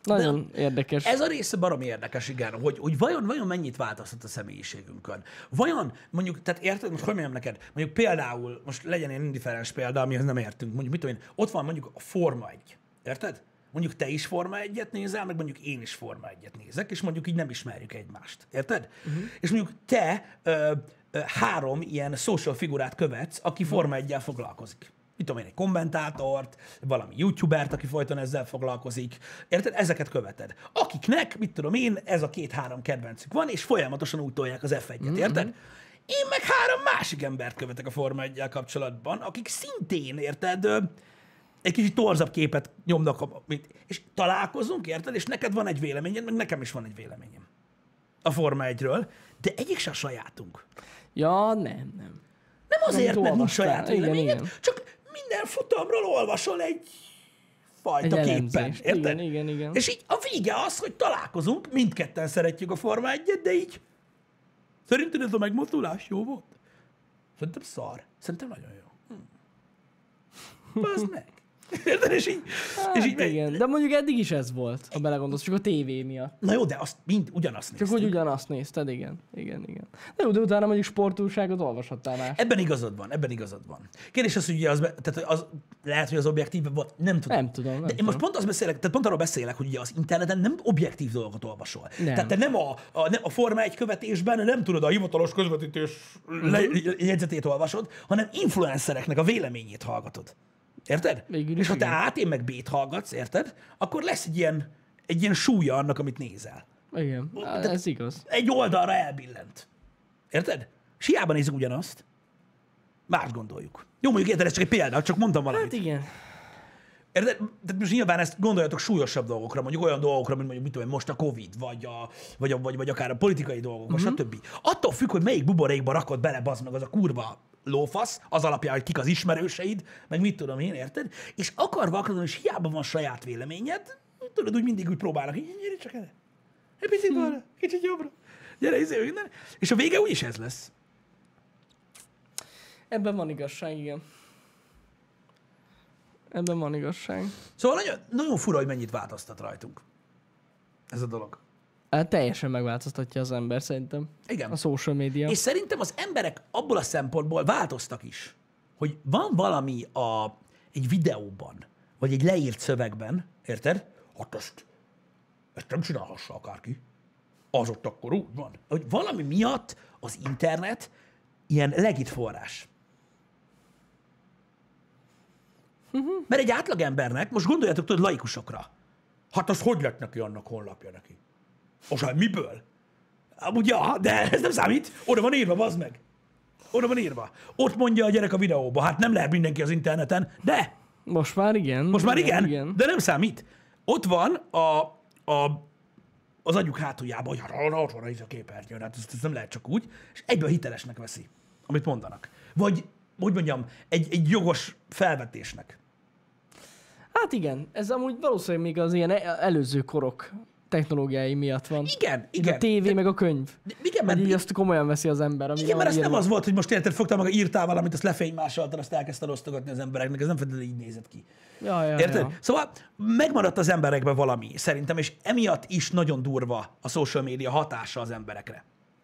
Nagyon De érdekes. Ez a része baromi érdekes, igen, hogy, hogy vajon, vajon mennyit változtat a személyiségünkön. Vajon, mondjuk, tehát érted, most hogy mondjam neked, mondjuk például, most legyen ilyen indiferens példa, amihez nem értünk, mondjuk mit tudom én, ott van mondjuk a Forma egy, érted? Mondjuk te is Forma egyet nézel, meg mondjuk én is Forma egyet nézek, és mondjuk így nem ismerjük egymást, érted? Uh-huh. És mondjuk te ö, ö, három ilyen social figurát követsz, aki Forma egyel foglalkozik. Mit tudom én, egy kommentátort, valami youtubert, aki folyton ezzel foglalkozik, érted? Ezeket követed. Akiknek, mit tudom én, ez a két-három kedvencük van, és folyamatosan úgy tolják az ef egyet, érted? Mm-hmm. Én meg három másik embert követek a Forma egyel kapcsolatban, akik szintén, érted, egy kicsit torzabb képet nyomnak, mint, és találkozunk, érted? És neked van egy véleményed, meg nekem is van egy véleményem a Forma egyről, de egyik se a sajátunk. Ja, nem, nem. Nem azért, nem mert nincs saját véleményed, igen. csak minden futamról olvasol egy fajta egy képen, érted? Igen, igen, igen. És így a vége az, hogy találkozunk, mindketten szeretjük a Forma egyet, de így szerinted ez a megmozdulás jó volt? Szerintem szar. Szerintem nagyon jó. Hm. Bazd meg. Érted? És így, hát és így igen. Meg... De mondjuk eddig is ez volt, ha belegondolsz, csak a tévé miatt. Na jó, de azt mind ugyanazt néztük. Csak hogy ugyanazt nézted, igen. Igen, igen. De jó, de utána mondjuk sportújságot olvashattál más. Ebben igazad van, ebben igazad van. Kérdés az, hogy ugye az, tehát az, lehet, hogy az objektív volt, nem tudom. Nem tudom, nem De én tudom. most pont azt beszélek, tehát pont arról beszélek, hogy ugye az interneten nem objektív dolgokat olvasol. Nem. Tehát te nem a, a, nem a Forma egy követésben nem tudod a hivatalos közvetítés uh-huh. jegyzetét olvasod, hanem influencereknek a véleményét hallgatod. Érted? Végül És ha te igen. A-t, én meg B-t hallgatsz, érted? Akkor lesz egy ilyen, egy ilyen súlya annak, amit nézel. Igen, Tehát ez igaz. Egy oldalra elbillent. Érted? És hiába nézzük ugyanazt. Más gondoljuk. Jó, mondjuk érted, ez csak egy példa, csak mondtam valamit. Hát igen. Érted? Tehát most nyilván ezt gondoljatok súlyosabb dolgokra, mondjuk olyan dolgokra, mint mondjuk mit tudom, én, most a Covid, vagy, a, vagy, a, vagy, vagy akár a politikai dolgokra, uh-huh. stb. Attól függ, hogy melyik buborékba rakod bele, bazd meg az a kurva lófasz, az alapján, hogy kik az ismerőseid, meg mit tudom én, érted? És akar vakladon, és hiába van saját véleményed, tudod, úgy mindig úgy próbálnak, így gyere csak erre. Egy picit hmm. balra, kicsit jobbra. Gyere, izé, minden. És a vége úgyis ez lesz. Ebben van igazság, igen. Ebben van igazság. Szóval nagyon, nagyon fura, hogy mennyit változtat rajtunk ez a dolog. Hát teljesen megváltoztatja az ember, szerintem. Igen. A social media. És szerintem az emberek abból a szempontból változtak is, hogy van valami a, egy videóban, vagy egy leírt szövegben, érted? Hát ezt, ezt nem csinálhassa akárki. Az ott akkor úgy van. Hogy valami miatt az internet ilyen legit forrás. Mert egy átlagembernek, most gondoljatok tudod laikusokra, hát az hogy lett neki annak honlapja neki? Most hát miből? Amúgy ja, de ez nem számít. Oda van írva, bazd meg. Oda van írva. Ott mondja a gyerek a videóba, hát nem lehet mindenki az interneten, de. Most már igen. Most már igen, igen, igen. de nem számít. Ott van a, a, az agyuk hátuljában, hogy hát ott van ez a képernyőn, hát ezt, ezt nem lehet csak úgy, és egyből hitelesnek veszi, amit mondanak. Vagy, hogy mondjam, egy, egy jogos felvetésnek. Hát igen, ez amúgy valószínűleg még az ilyen előző korok technológiái miatt van. Igen, igen. A tévé, de, meg a könyv. De, igen, mert mert így azt komolyan veszi az ember. Igen, mert ez nem az volt, hogy most érted, fogtál meg, írtál valamit, azt lefénymásoltad, azt elkezdted osztogatni az embereknek, ez nem feltétlenül így nézett ki. Ja, ja, érted? Ja. Szóval megmaradt az emberekben valami, szerintem, és emiatt is nagyon durva a social media hatása az emberekre.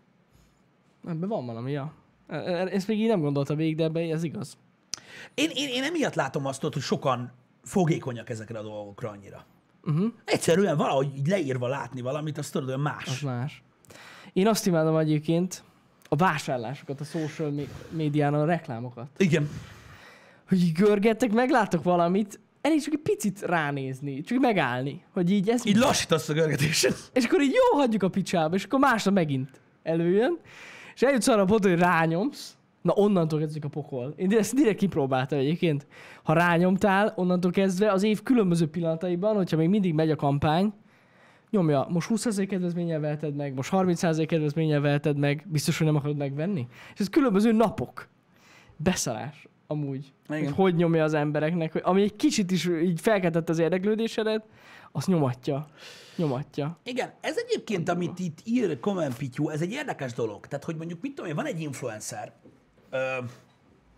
Ebben van valami, ja. Ezt még így nem gondolta végig, de ebben ez igaz. Én, én, én emiatt látom azt, hogy sokan fogékonyak ezekre a dolgokra annyira. Uh-huh. Egyszerűen valahogy így leírva látni valamit, azt tudod, olyan más. Az más. Én azt imádom egyébként a vásárlásokat, a social médián, a reklámokat. Igen. Hogy így görgettek, megláttok valamit, elég csak egy picit ránézni, csak megállni, hogy így ez... Így lassítasz a görgetésen. És akkor így jó, hagyjuk a picsába, és akkor másnap megint előjön, és eljutsz arra a pontra, hogy rányomsz, na onnantól kezdődik a pokol. Én ezt direkt kipróbáltam egyébként. Ha rányomtál, onnantól kezdve az év különböző pillanataiban, hogyha még mindig megy a kampány, nyomja, most húsz százalék kedvezménnyel veheted meg, most harminc százalék kedvezménnyel veheted meg, biztos, hogy nem akarod megvenni. És ez különböző napok. Beszarás amúgy. Hogy, hogy nyomja az embereknek, hogy ami egy kicsit is így felkeltett az érdeklődésedet, azt nyomatja. Nyomatja. Igen, ez egyébként, amit itt ír Komen Pityu, ez egy érdekes dolog. Tehát, hogy mondjuk, mit tudom én, van egy influencer, ö,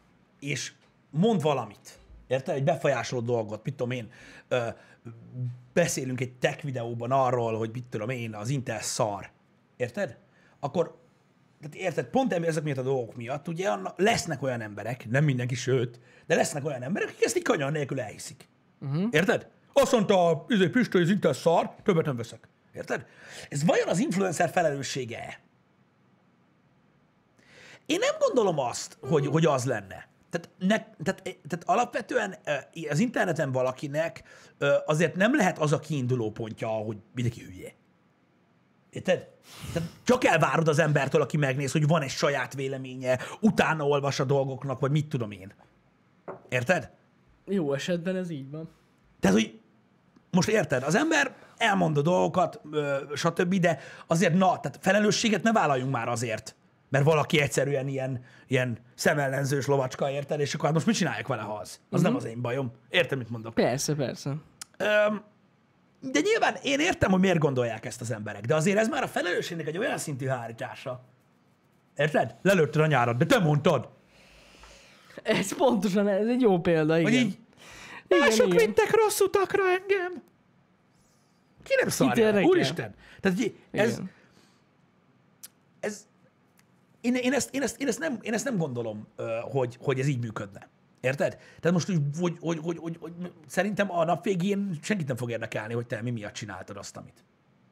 és mond valamit, érted? Egy befolyásoló dolgot, mit tudom én, ö, beszélünk egy tech videóban arról, hogy mit tudom én, az Intel szar, érted? Akkor, tehát érted, pont ezek miatt a dolgok miatt, ugye lesznek olyan emberek, nem mindenki, sőt, de lesznek olyan emberek, akik ezt így kanyar nélkül elhiszik. Uh-huh. Érted? Azt mondta a Pistő, hogy az Intel szar, többet nem veszek. Érted? Ez vajon az influencer felelőssége? Én nem gondolom azt, hogy, hogy az lenne. Tehát, ne, tehát, tehát alapvetően az interneten valakinek azért nem lehet az a kiinduló pontja, hogy mindenki hülye. Érted? Tehát csak elvárod az embertől, aki megnéz, hogy van egy saját véleménye, utána olvas a dolgoknak, vagy mit tudom én. Érted? Jó esetben ez így van. Tehát, hogy most érted, az ember elmond a dolgokat, stb., de azért na, tehát felelősséget ne vállaljunk már azért, mert valaki egyszerűen ilyen, ilyen szemellenzős lovacska, érted, és akkor hát most mit csinálják vele, ha az? Az uh-huh. nem az én bajom. Érted, mit mondok? Persze, persze. Öm, de nyilván én értem, hogy miért gondolják ezt az emberek, de azért ez már a felelősségnek egy olyan szintű hárítása. Érted? Lelőtted a nyárad, de te mondtad. Ez pontosan, ez egy jó példa, igen. Hogy így, mások igen, vittek igen. rossz utakra engem. Ki nem szarja? Úristen! Tehát ez, ez én, én, ezt, én, ezt, én, ezt nem, én ezt nem gondolom, hogy, hogy ez így működne. Érted? Tehát most, hogy, hogy, hogy, hogy, hogy, hogy szerintem a nap végén senkit nem fog érdekelni, hogy te mi miatt csináltad azt, amit.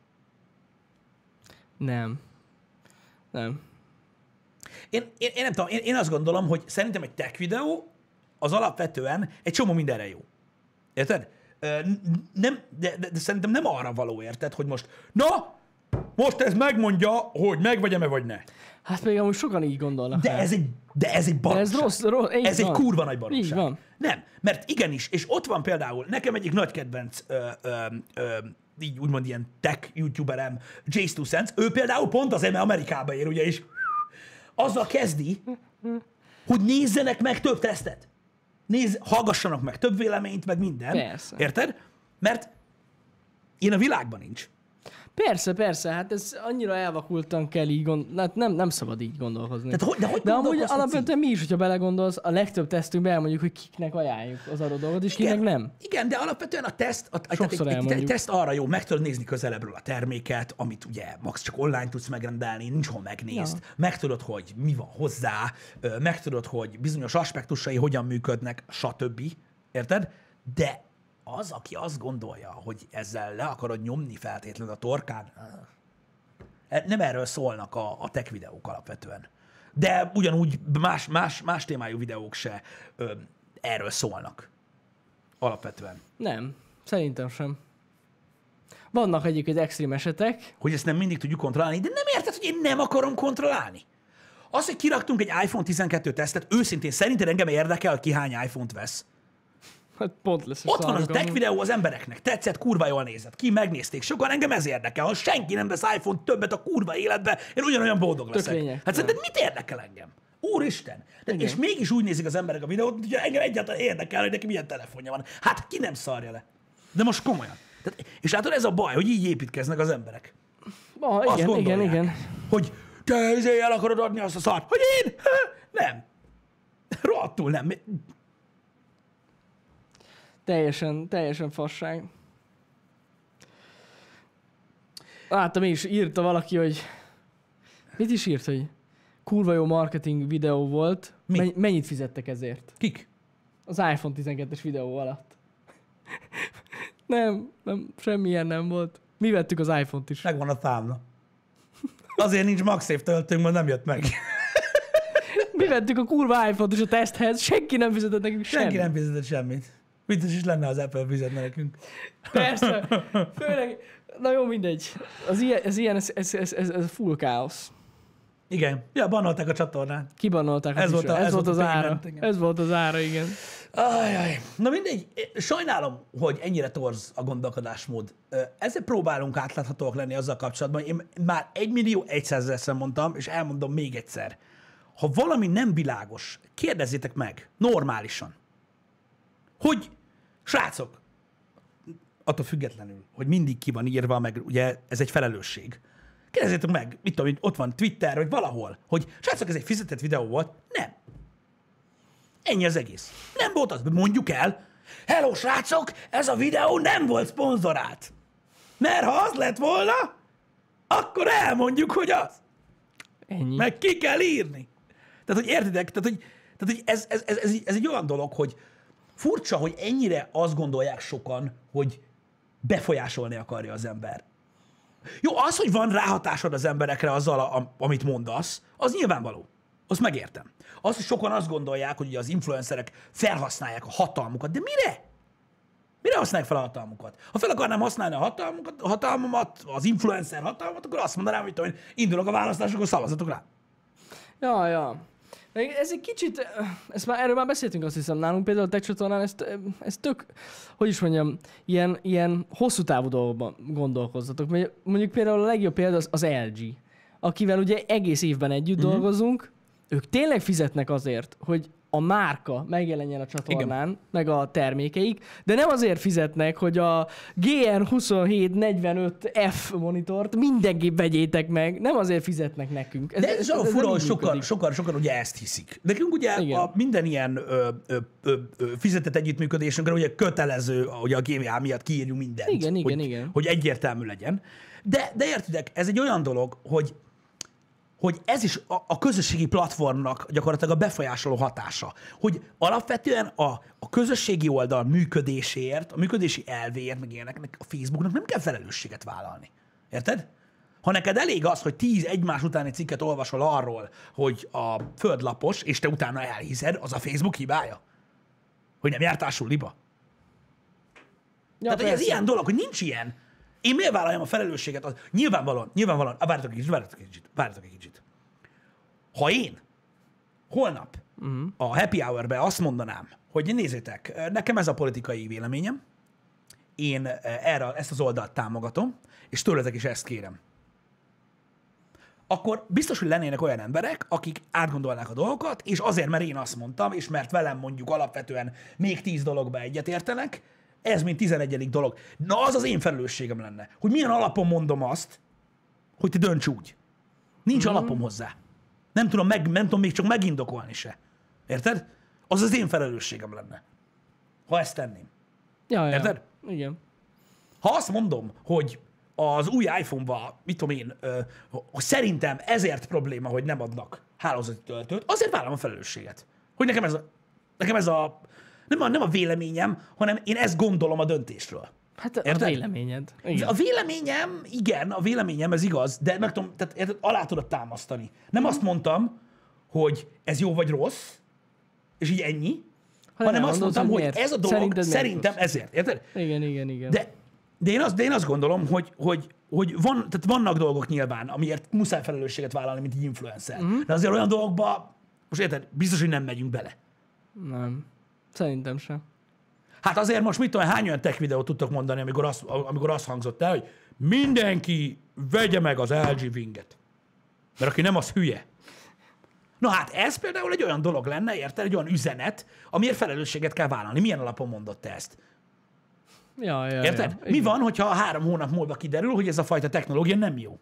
Nem. Nem. Én, én, én nem tudom, én, én azt gondolom, hogy szerintem egy tech videó az alapvetően egy csomó mindenre jó. Érted? Nem, de, de, de szerintem nem arra való, érted, hogy most, na, most ez megmondja, hogy megvegyem-e vagy ne. Hát még amúgy sokan így gondolnak. De ez egy, de ez egy baromság. De ez rossz, rossz, ez van. egy kurva nagy baromság. Így van. Nem, mert igenis, és ott van például, nekem egyik nagy kedvenc, ö, ö, ö, így úgymond ilyen tech youtuberem, Jace Two Cents, ő például pont azért, mert Amerikába ér, ugye, és azzal kezdi, hogy nézzenek meg több tesztet. Nézz, hallgassanak meg több véleményt, meg minden. Persze. Érted? Mert ilyen a világban nincs. Persze, persze, hát ez annyira elvakultan kell így gondolni, hát nem, nem szabad így gondolkozni. De, hogy, de, hogy de amúgy alapvetően mi is, hogyha belegondolsz, a legtöbb tesztünkben elmondjuk, hogy kiknek ajánljuk az adott dolgot, és igen, kinek nem. Igen, de alapvetően a teszt, a, Sokszor egy, egy, egy teszt arra jó, meg tudod nézni közelebbről a terméket, amit ugye max csak online tudsz megrendelni, nincs hol megnézd, ja. Megtudod, hogy mi van hozzá, megtudod, hogy bizonyos aspektusai hogyan működnek, stb. Érted? De az, aki azt gondolja, hogy ezzel le akarod nyomni feltétlenül a torkán, nem erről szólnak a, a tech videók alapvetően. De ugyanúgy más, más, más témájú videók se ö, erről szólnak alapvetően. Nem, szerintem sem. Vannak egyébként extrém esetek. Hogy ezt nem mindig tudjuk kontrollálni, de nem érted, hogy én nem akarom kontrollálni. Az, hogy kiraktunk egy iPhone tizenkettő tesztet, őszintén szerinted engem érdekel, hogy ki hány iPhone-t vesz. Hát pont lesz. Ott van az a tech videó az embereknek. Tetszett, kurva jól nézett. Ki megnézték. Sokan engem ez érdekel. Ha senki nem vesz iPhone többet a kurva életbe, én ugyanolyan boldog leszek. Tökények, hát szerinted mit érdekel engem? Úristen! De, és mégis úgy nézik az emberek a videót, hogy engem egyáltalán érdekel, hogy neki milyen telefonja van. Hát ki nem szarja le? De most komolyan. Tehát, és látod, ez a baj, hogy így építkeznek az emberek. Ah, igen, igen, igen. Hogy te ezért el akarod adni azt a szart. Hogy én? Nem. Rohadtul nem. Teljesen, teljesen fasság. Láttam én is, írta valaki, hogy... Mit is írt, hogy kurva jó marketing videó volt. Mi? Men- mennyit fizettek ezért? Kik? Az iPhone tizenkettes videó alatt. nem, nem, semmilyen nem volt. Mi vettük az iPhone-t is. Megvan a számla. Azért nincs MagSafe töltőnk, mert nem jött meg. Mi vettük a kurva iPhone-t is a teszthez, senki nem fizetett nekünk semmit. Senki nem fizetett semmit. Biztos is lenne, az Apple fizetne nekünk. Persze. Főleg, na jó, mindegy. Az ilyen, ez, ilyen, ez, ez, ez, ez, ez full káosz. Igen. Ja, bannolták a csatornát. Kibannolták. Ez, volt, a, ez, ez volt az payment, ára. igen. Ez volt az ára, igen. Ajaj. Na mindegy. Sajnálom, hogy ennyire torz a gondolkodásmód. Ezzel próbálunk átláthatóak lenni azzal kapcsolatban. Én már egy millió egyszázezerszer mondtam, és elmondom még egyszer. Ha valami nem világos, kérdezzétek meg. Normálisan. Hogy, srácok, attól függetlenül, hogy mindig ki van írva, meg ugye ez egy felelősség. Kérdezzétek meg, mit tudom, ott van Twitter, vagy valahol, hogy srácok, ez egy fizetett videó volt. Nem. Ennyi az egész. Nem volt az, mondjuk el. Hello, srácok, ez a videó nem volt szponzorált. Mert ha az lett volna, akkor elmondjuk, hogy az. Ennyi. Meg ki kell írni. Tehát, hogy értitek, tehát, hogy, tehát, hogy ez, ez, ez, ez, ez egy olyan dolog, hogy furcsa, hogy ennyire azt gondolják sokan, hogy befolyásolni akarja az ember. Jó, az, hogy van ráhatásod az emberekre azzal, a, amit mondasz, az nyilvánvaló. Azt megértem. Az, hogy sokan azt gondolják, hogy ugye az influencerek felhasználják a hatalmukat. De mire? Mire használják fel a hatalmukat? Ha fel akarnám használni a hatalmukat, a hatalmamat, az influencer hatalmat, akkor azt mondanám, hogy tudom, indulok a választásokon, szavazatok rá. Ja, ja. Ez egy kicsit, ezt már, erről már beszéltünk, azt hiszem, nálunk például a Tech csatornán, ez, ez tök, hogy is mondjam, ilyen, ilyen hosszú távú dolgokban gondolkozzatok. Mondjuk például a legjobb példa az, az el gé, akivel ugye egész évben együtt uh-huh. dolgozunk, ők tényleg fizetnek azért, hogy a márka megjelenjen a csatornán, igen. meg a termékeik, de nem azért fizetnek, hogy a gé er huszonhét negyvenöt ef monitort mindenképp vegyétek meg, nem azért fizetnek nekünk. Ez, de ez, ez olyan fura, hogy sokan, működik. sokan, sokan ugye ezt hiszik. Nekünk ugye a minden ilyen ö, ö, ö, ö, fizetett együttműködésünkre ugye kötelező, hogy a gé vé á miatt kiírjunk mindent. Igen, igen, hogy, igen. hogy egyértelmű legyen. De, de értitek, ez egy olyan dolog, hogy hogy ez is a, a közösségi platformnak gyakorlatilag a befolyásoló hatása. Hogy alapvetően a, a közösségi oldal működéséért, a működési elvéért, meg ilyeneknek a Facebooknak nem kell felelősséget vállalni. Érted? Ha neked elég az, hogy tíz egymás utáni cikket olvasol arról, hogy a Föld lapos, és te utána elhiszed, az a Facebook hibája? Hogy nem jártál suliba? Ja, tehát, hogy ez ilyen dolog, hogy nincs ilyen. Én miért vállaljam a felelősséget? Az, nyilvánvalóan, nyilvánvalóan, várjatok egy kicsit, várjatok egy kicsit, várjatok egy kicsit. Ha én holnap uh-huh. a happy hour-be azt mondanám, hogy nézzétek, nekem ez a politikai véleményem, én erre, ezt az oldalt támogatom, és tőletek is ezt kérem. Akkor biztos, hogy lennének olyan emberek, akik átgondolnák a dolgokat, és azért, mert én azt mondtam, és mert velem mondjuk alapvetően még tíz dologba egyetértenek, ez mint tizenegyedik dolog. Na, az az én felelősségem lenne, hogy milyen alapon mondom azt, hogy te dönts úgy. Nincs mm-hmm. alapom hozzá. Nem tudom, meg, nem tudom még csak megindokolni se. Érted? Az az én felelősségem lenne, ha ezt tenném. Ja, ja. Érted? Igen. Ha azt mondom, hogy az új iPhone-ba, mit tudom én, hogy szerintem ezért probléma, hogy nem adnak hálózati töltőt, azért vállalom a felelősséget. Hogy nekem ez a, nekem ez a Nem a, nem a véleményem, hanem én ezt gondolom a döntésről. Hát a érted? véleményed. Igen. A véleményem, igen, a véleményem, ez igaz, de meg tudom, tehát érted, alá tudod támasztani. Nem mm. azt mondtam, hogy ez jó vagy rossz, és így ennyi, ha hanem azt mondtam, hogy miért? Ez a dolog Szerinted szerintem ezért. Érted? Igen, igen, igen. De, de, én, azt, de én azt gondolom, hogy, hogy, hogy van, tehát vannak dolgok nyilván, amiért muszáj felelősséget vállalni, mint egy influencer. Mm. De azért olyan dolgokba, most érted, biztos, hogy nem megyünk bele. Nem. Szerintem sem. Hát azért most mit tudom, hány olyan tech videót tudtok mondani, amikor az, amikor az hangzott el, hogy mindenki vegye meg az el gé Winget. Mert aki nem, az hülye. Na hát ez például egy olyan dolog lenne, érted? Egy olyan üzenet, amiért felelősséget kell vállalni. Milyen alapon mondott te ezt? Ja, ja, érted? Ja, Mi van, hogyha három hónap múlva kiderül, hogy ez a fajta technológia nem jó?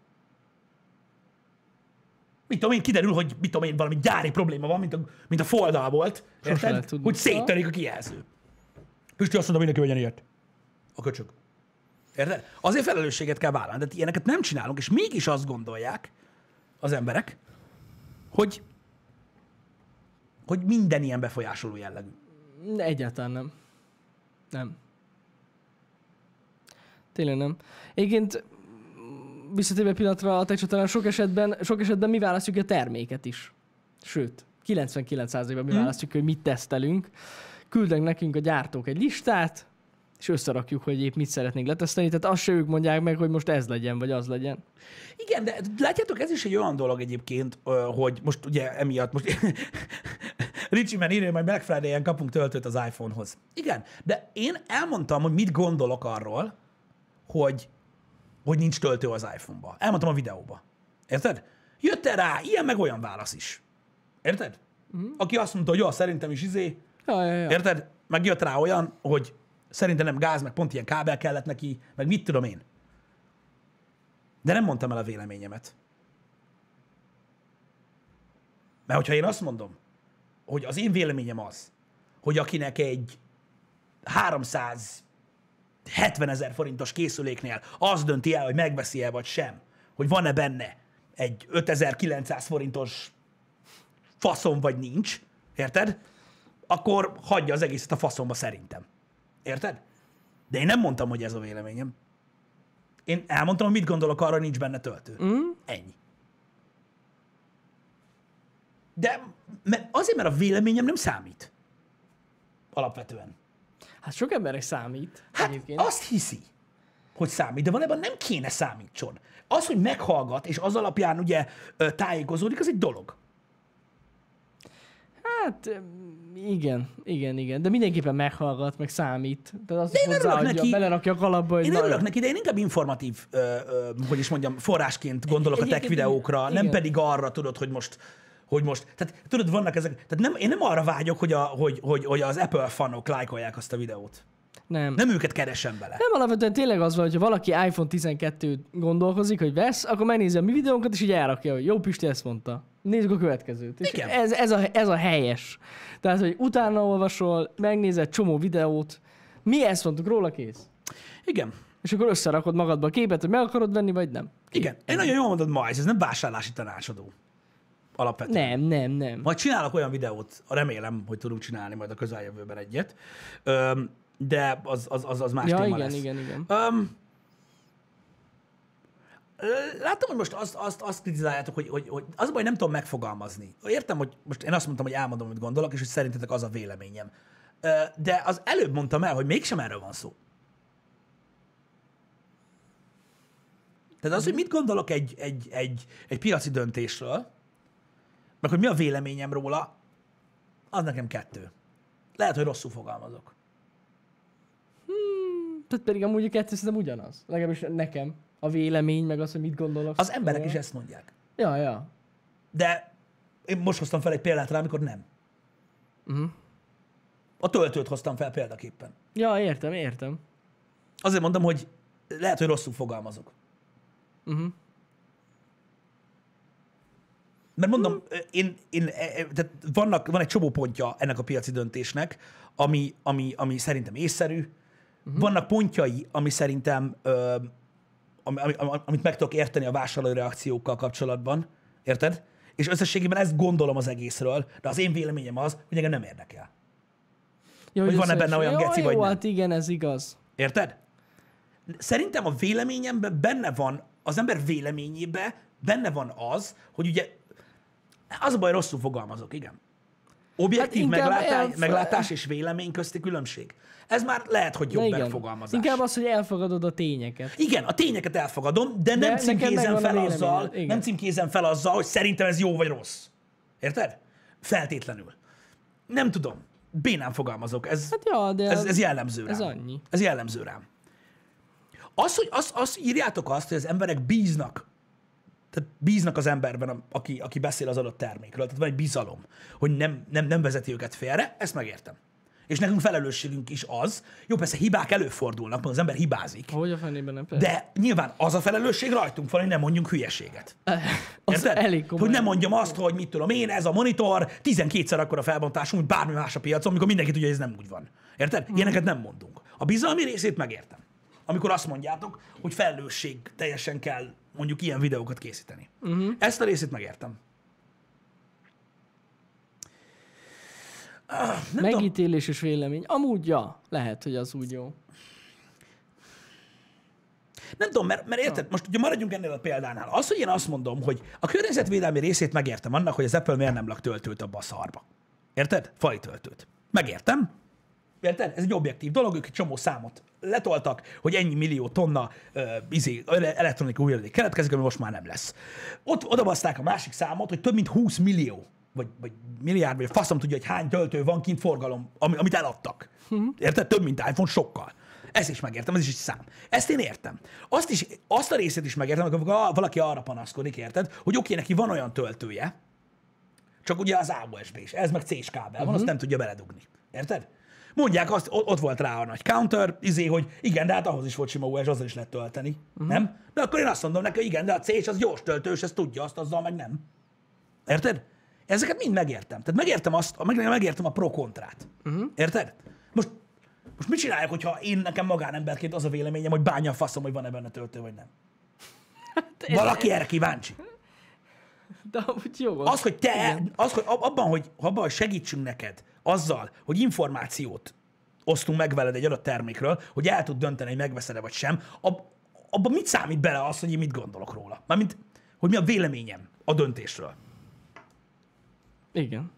Mit tudom én, kiderül, hogy mit tudom én, valami gyári probléma van, mint a, mint a Foldal volt, érted? Hogy széttörik a kijelző. Pisti azt mondta, mindenki vegyen ilyet. A köcsög. Érted? Azért felelősséget kell vállalni, de ilyeneket nem csinálunk, és mégis azt gondolják az emberek, hogy, hogy minden ilyen befolyásoló jellegű. Egyáltalán nem. Nem. Tényleg nem. Egyébként visszatérve pillanatra a tech csatornán, sok esetben, sok esetben mi választjuk a terméket is. Sőt, kilencvenkilenc százalékban mi hmm. választjuk, hogy mit tesztelünk. Küldnek nekünk a gyártók egy listát, és összerakjuk, hogy épp mit szeretnénk letesztelni. Tehát azt se ők mondják meg, hogy most ez legyen, vagy az legyen. Igen, de látjátok, ez is egy olyan dolog egyébként, hogy most ugye emiatt, most Ricsi, mert írja, majd Black Friday-en kapunk töltőt az iPhone-hoz. Igen, de én elmondtam, hogy mit gondolok arról, hogy, hogy nincs töltő az iPhone-ba. Elmondtam a videóba. Érted? Jött el rá ilyen meg olyan válasz is. Érted? Mm. Aki azt mondta, hogy jó, szerintem is izé. Ja, ja, ja. Érted? Meg jött rá olyan, hogy szerintem nem gáz, meg pont ilyen kábel kellett neki, meg mit tudom én. De nem mondtam el a véleményemet. Mert hogyha én azt mondom, hogy az én véleményem az, hogy akinek egy háromszázhetvenezer forintos készüléknél az dönti el, hogy megveszi-e vagy sem, hogy van-e benne egy ötezer-kilencszáz forintos faszom vagy nincs, érted? Akkor hagyja az egészet a faszomba szerintem. Érted? De én nem mondtam, hogy ez a véleményem. Én elmondtam, hogy mit gondolok arra, hogy nincs benne töltő. Mm. Ennyi. De mert azért, mert a véleményem nem számít. Alapvetően. Hát sok emberek számít. Hát egyébként. azt hiszi, hogy számít, de valójában nem kéne számítson. Az, hogy meghallgat, és az alapján ugye tájékozódik, az egy dolog. Hát igen, igen, igen. De mindenképpen meghallgat, meg számít. Tehát azt De én örülök hozzáadja, neki, belerakja a kalapba, hogy én na, örülök neki, de én inkább informatív, ö, ö, hogy is mondjam, forrásként gondolok a tech Egyébként videókra, igen. nem pedig arra, tudod, hogy most, hogy most, tehát tudod, vannak ezek, tehát nem, én nem arra vágyok, hogy, a, hogy, hogy, hogy az Apple fanok lájkolják azt a videót. nem. Nem őket keresem bele. Nem, alapvetően tényleg az van, hogyha valaki iPhone tizenkettőt gondolkozik, hogy vesz, akkor megnézi a mi videónkat, és így elrakja, hogy jó, Pisti ezt mondta. Nézzük a következőt. És Igen. ez, ez, a, ez a helyes. Tehát, hogy utána olvasol, megnézed csomó videót, mi ezt mondtuk róla, kész. Igen. És akkor összerakod magadba a képet, hogy meg akarod venni, vagy nem. Igen. Én nagyon jól mondod, Majsz, ez nem vásárlási tanácsadó. Alapvetően. Nem, nem, nem. Majd csinálok olyan videót, remélem, hogy tudunk csinálni majd a közeljövőben egyet, Öm, de az, az, az, az más Ja, téma igen, lesz. igen, igen. Öm, Látom, hogy most azt, azt, azt kritizáljátok, hogy, hogy, hogy az a baj, nem tudom megfogalmazni. Értem, hogy most én azt mondtam, hogy elmondom, amit gondolok, és hogy szerintetek az a véleményem. Ö, De az előbb mondtam el, hogy mégsem erről van szó. Tehát az, hogy mit gondolok egy, egy, egy, egy piaci döntésről, meg hogy mi a véleményem róla, az nekem kettő. Lehet, hogy rosszul fogalmazok. Tehát pedig amúgy a kettő szerintem ugyanaz. Legalábbis nekem. A vélemény, meg az, hogy mit gondolok. Az emberek is ezt mondják. Ja, ja. De én most hoztam fel egy példát rá, amikor nem. Uh-huh. A töltőt hoztam fel példaképpen. Ja, értem, értem. Azért mondom, hogy lehet, hogy rosszul fogalmazok. Uh-huh. Mert mondom, én, én, tehát vannak, van egy csomó pontja ennek a piaci döntésnek, ami, ami, ami szerintem észszerű. Uh-huh. Vannak pontjai, ami szerintem, ö, ami, ami, amit meg tudok érteni a vásárlói reakciókkal kapcsolatban. Érted? És összességében ezt gondolom az egészről, de az én véleményem az, hogy engem nem érdekel. Jó, Hogy van-e benne olyan jó, geci, jó, vagy nem. hát igen, ez igaz. Érted? Szerintem a véleményemben benne van, az ember véleményében benne van az, hogy ugye, az a baj, rosszul fogalmazok, igen. Objektív Hát inkább meglátás, elf- meglátás és vélemény közti különbség. Ez már lehet, hogy Na jobb igen. megfogalmazás. Inkább az, hogy elfogadod a tényeket. Igen, a tényeket elfogadom, de, De nem nekem címkézem megvan a fel véleményed, azzal, igen. nem címkézem fel azzal, hogy szerintem ez jó vagy rossz. Érted? Feltétlenül. Nem tudom. Bénán fogalmazok. Ez, Hát ja, de ez, az- ez jellemző rám. ez annyi. Ez jellemző rám. Az, hogy az, az írjátok azt, hogy az emberek bíznak, tehát bíznak az emberben, aki, aki beszél az adott termékről, tehát van egy bizalom, hogy nem, nem, nem vezeti őket félre, ezt megértem. És nekünk felelősségünk is az, jó, persze hibák előfordulnak, mert az ember hibázik, Hogy a fenében nem persze. de nyilván az a felelősség rajtunk van, hogy nem mondjunk hülyeséget. Az Érted? elég komoly. Hogy nem mondjam azt, hogy mit tudom én, ez a monitor tizenkétszer akkora felbontású, mint bármi más a piacon, amikor mindenki tudja, hogy ez nem úgy van. Érted? Ilyeneket nem mondunk. A bizalmi részét megértem. Amikor azt mondjátok, hogy felelősség teljesen kell mondjuk ilyen videókat készíteni. Uh-huh. Ezt a részét megértem. Ah, nem tudom. Megítélés és vélemény. Amúgy, ja, lehet, hogy az úgy jó. Nem tudom, mert, mert érted, most ugye maradjunk ennél a példánál. Az, hogy én azt mondom, hogy a környezetvédelmi részét megértem annak, hogy az Apple miért nem lak töltőt abba a szarba. Érted? Fai töltőt. Megértem. Érted? Ez egy objektív dolog, ők egy csomó számot letoltak, hogy ennyi millió tonna uh, izé, elektronikai hulladék keletkezik, ami most már nem lesz. Ott odabaszták a másik számot, hogy több mint húsz millió, vagy, vagy milliárd, vagy faszom tudja, hogy hány töltő van kint forgalom, ami, amit eladtak. Érted? Több, mint iPhone, sokkal. Ezt is megértem, ez is egy szám. Ezt én értem. Azt, is, azt a részét is megértem, amikor valaki arra panaszkodik, érted, hogy oké, neki van olyan töltője, csak ugye az á u es bé-s, ez meg cés kábel van, uh-huh. azt nem tudja beledugni. Érted? Mondják azt, ott volt rá a nagy counter, izé, hogy igen, de hát ahhoz is volt sima u es bé, azzal is lehet tölteni. Uh-huh. Nem? De akkor én azt mondom neki, hogy igen, de a cés az gyors töltős, ezt tudja, azt azzal meg nem. Érted? Ezeket mind megértem. Tehát megértem azt, meg megértem a pro-kontrát. Uh-huh. Érted? Most Most mit csináljak, hogyha én nekem magánemberként az a véleményem, hogy bánja a faszom, hogy van-e benne töltő, vagy nem? Hát valaki erre kíváncsi. De amúgy jó. Az, hogy te, az, hogy abban, hogy, abban, hogy segítsünk neked azzal, hogy információt osztunk meg veled egy adott termékről, hogy el tud dönteni, hogy megveszed-e vagy sem, ab, abban mit számít bele az, hogy én mit gondolok róla? Mármint, hogy mi a véleményem a döntésről. Igen.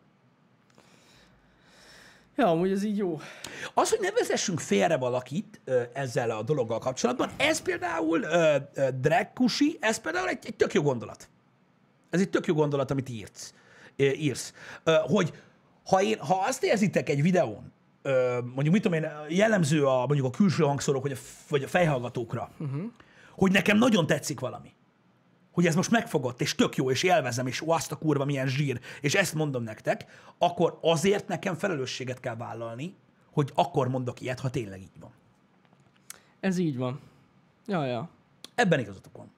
Ja, amúgy ez így jó. Az, hogy ne vezessünk félre valakit ö, ezzel a dologgal kapcsolatban, ez például ö, ö, Drekkusi, ez például egy, egy tök jó gondolat. Ez egy tök jó gondolat, amit írsz. Ö, írsz. Ö, hogy ha, én, ha azt érzitek egy videón, ö, mondjuk mit tudom én, jellemző a, mondjuk a külső hangszórok, vagy a, vagy a fejhallgatókra, uh-huh. hogy nekem nagyon tetszik valami. Hogy ez most megfogott, és tök jó, és élvezem, és ó, azt a kurva milyen zsír, és ezt mondom nektek, akkor azért nekem felelősséget kell vállalni, hogy akkor mondok ilyet, ha tényleg így van. Ez így van. Ja, ja. Ebben igazatok van.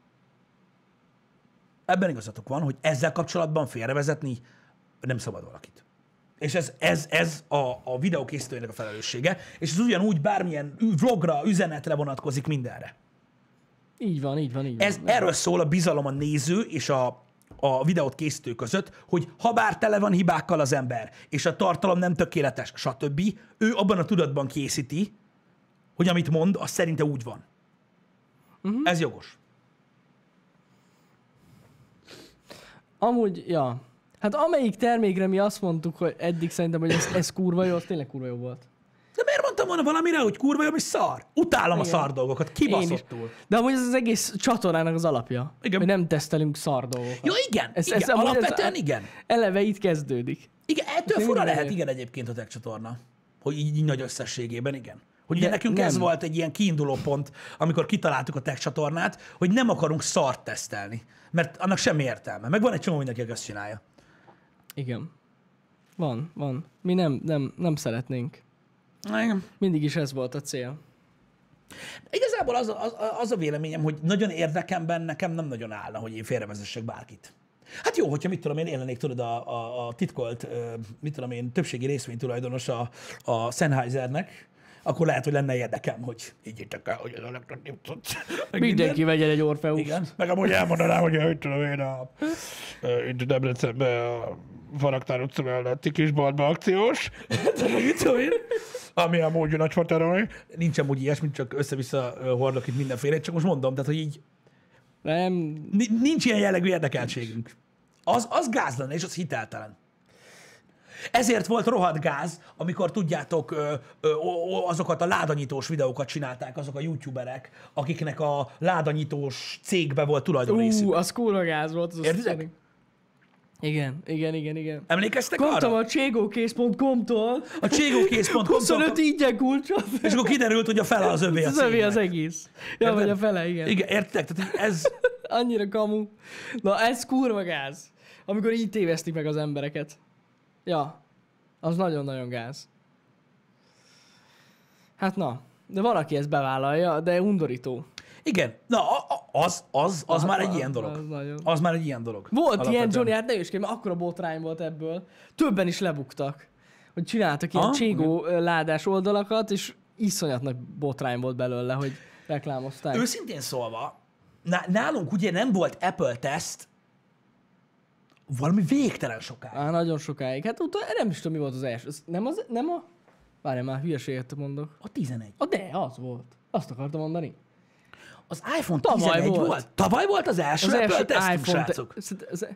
Ebben igazatok van, hogy ezzel kapcsolatban félrevezetni nem szabad valakit. És ez, ez, ez a, a videókészítőjének a felelőssége, és ez ugyanúgy bármilyen vlogra, üzenetre vonatkozik mindenre. Így van, így van, így van. Ez, erről szól a bizalom a néző és a, a videót készítő között, hogy ha bár tele van hibákkal az ember, és a tartalom nem tökéletes, stb., ő abban a tudatban készíti, hogy amit mond, az szerinte úgy van. Uh-huh. Ez jogos. Amúgy, ja. Hát amelyik termékre mi azt mondtuk, hogy eddig szerintem, hogy ez, ez kurva jó, az tényleg kurva jó volt. De miért mondtam volna valamire, hogy kurva jó, és szar? Utálom Igen. a szar dolgokat, kibaszottul. De amúgy ez az egész csatornának az alapja. Igen. Hogy nem tesztelünk szar dolgokat. Jó, igen, ez, igen. Ez, alapvetően ez igen. Eleve itt kezdődik. Igen, ettől fura lehet, lehet, igen, egyébként a tech csatorna. Hogy így, így nagy összességében, igen. Hogy ugye nekünk nem. Ez volt egy ilyen kiinduló pont, amikor kitaláltuk a tech csatornát, hogy nem akarunk szart tesztelni. Mert annak semmi értelme. Meg van egy csomó mindenki, aki ezt csinálja. Igen. Van, van. Mi nem, nem, nem szeretnénk. Igen. Mindig is ez volt a cél. Igazából az a, az, az a véleményem, hogy nagyon érdekemben nekem nem nagyon állna, hogy én félrevezessek bárkit. Hát jó, hogyha mit tudom én, én lennék, tudod, a, a, a titkolt, mit tudom én, többségi részvénytulajdonos a, a Sennheisernek, akkor lehet, hogy lenne érdekem, hogy így jöttek el, hogy ez a legtöbb cucc. Mindenki vegyen egy Orpheus. Igen. Meg amúgy elmondanám, hogy hogy tudom én a, a, itt Debrecenben a Faraktár utca melletti kisboltba akciós. Mit tudom én? Ami amúgy nagy fateroly. Nincs amúgy ilyesmi, csak össze-vissza hordok itt mindenféle, csak most mondom, tehát, hogy így nem. Nincs ilyen jellegű érdekeltségünk. Az, az gáz lenne, és az hiteltelen. Ezért volt rohadt gáz, amikor tudjátok, ö, ö, azokat a ládanyítós videókat csinálták azok a youtuberek, akiknek a ládanyítós cégbe volt tulajdonrészük. Ú, az kurva gáz volt. Az Értitek? Igen, igen, igen, igen. Emlékeztek Kaptam arra? a cségókész pont com-tól. A cségókész pont com-tól. huszonöt ingyen kulcsot. És akkor kiderült, hogy a fele az övé a Az övé az egész. Ja, Érted? Vagy a fele, igen. Igen, értek? Tehát ez... Annyira kamu. Na, ez kurva gáz. Amikor így tévesztik meg az embereket. Ja, az nagyon-nagyon gáz. Hát na, de valaki ezt bevállalja, de undorító. Igen, na az, az, az ah, már egy ilyen dolog. Az, az már egy ilyen dolog. Volt alapvetően. Ilyen, Johnny, hát ne is kérem, akkora botrány volt ebből. Többen is lebuktak. Hogy csináltak ilyen ah, cségó okay. ládás oldalakat, és iszonyat nagy botrány volt belőle, hogy reklámozták. Őszintén szólva, nálunk ugye nem volt Apple teszt valami végtelen sokáig. Á, nagyon sokáig. Hát utána nem is tudom, mi volt az első. Nem, az, nem a... Várjál már, hülyeséget mondok. A tizenegy. A de, az volt. Azt akartam mondani. Az iPhone tizenegy volt. volt. Tavaly volt az első az Apple tesztünk, srácok. Te...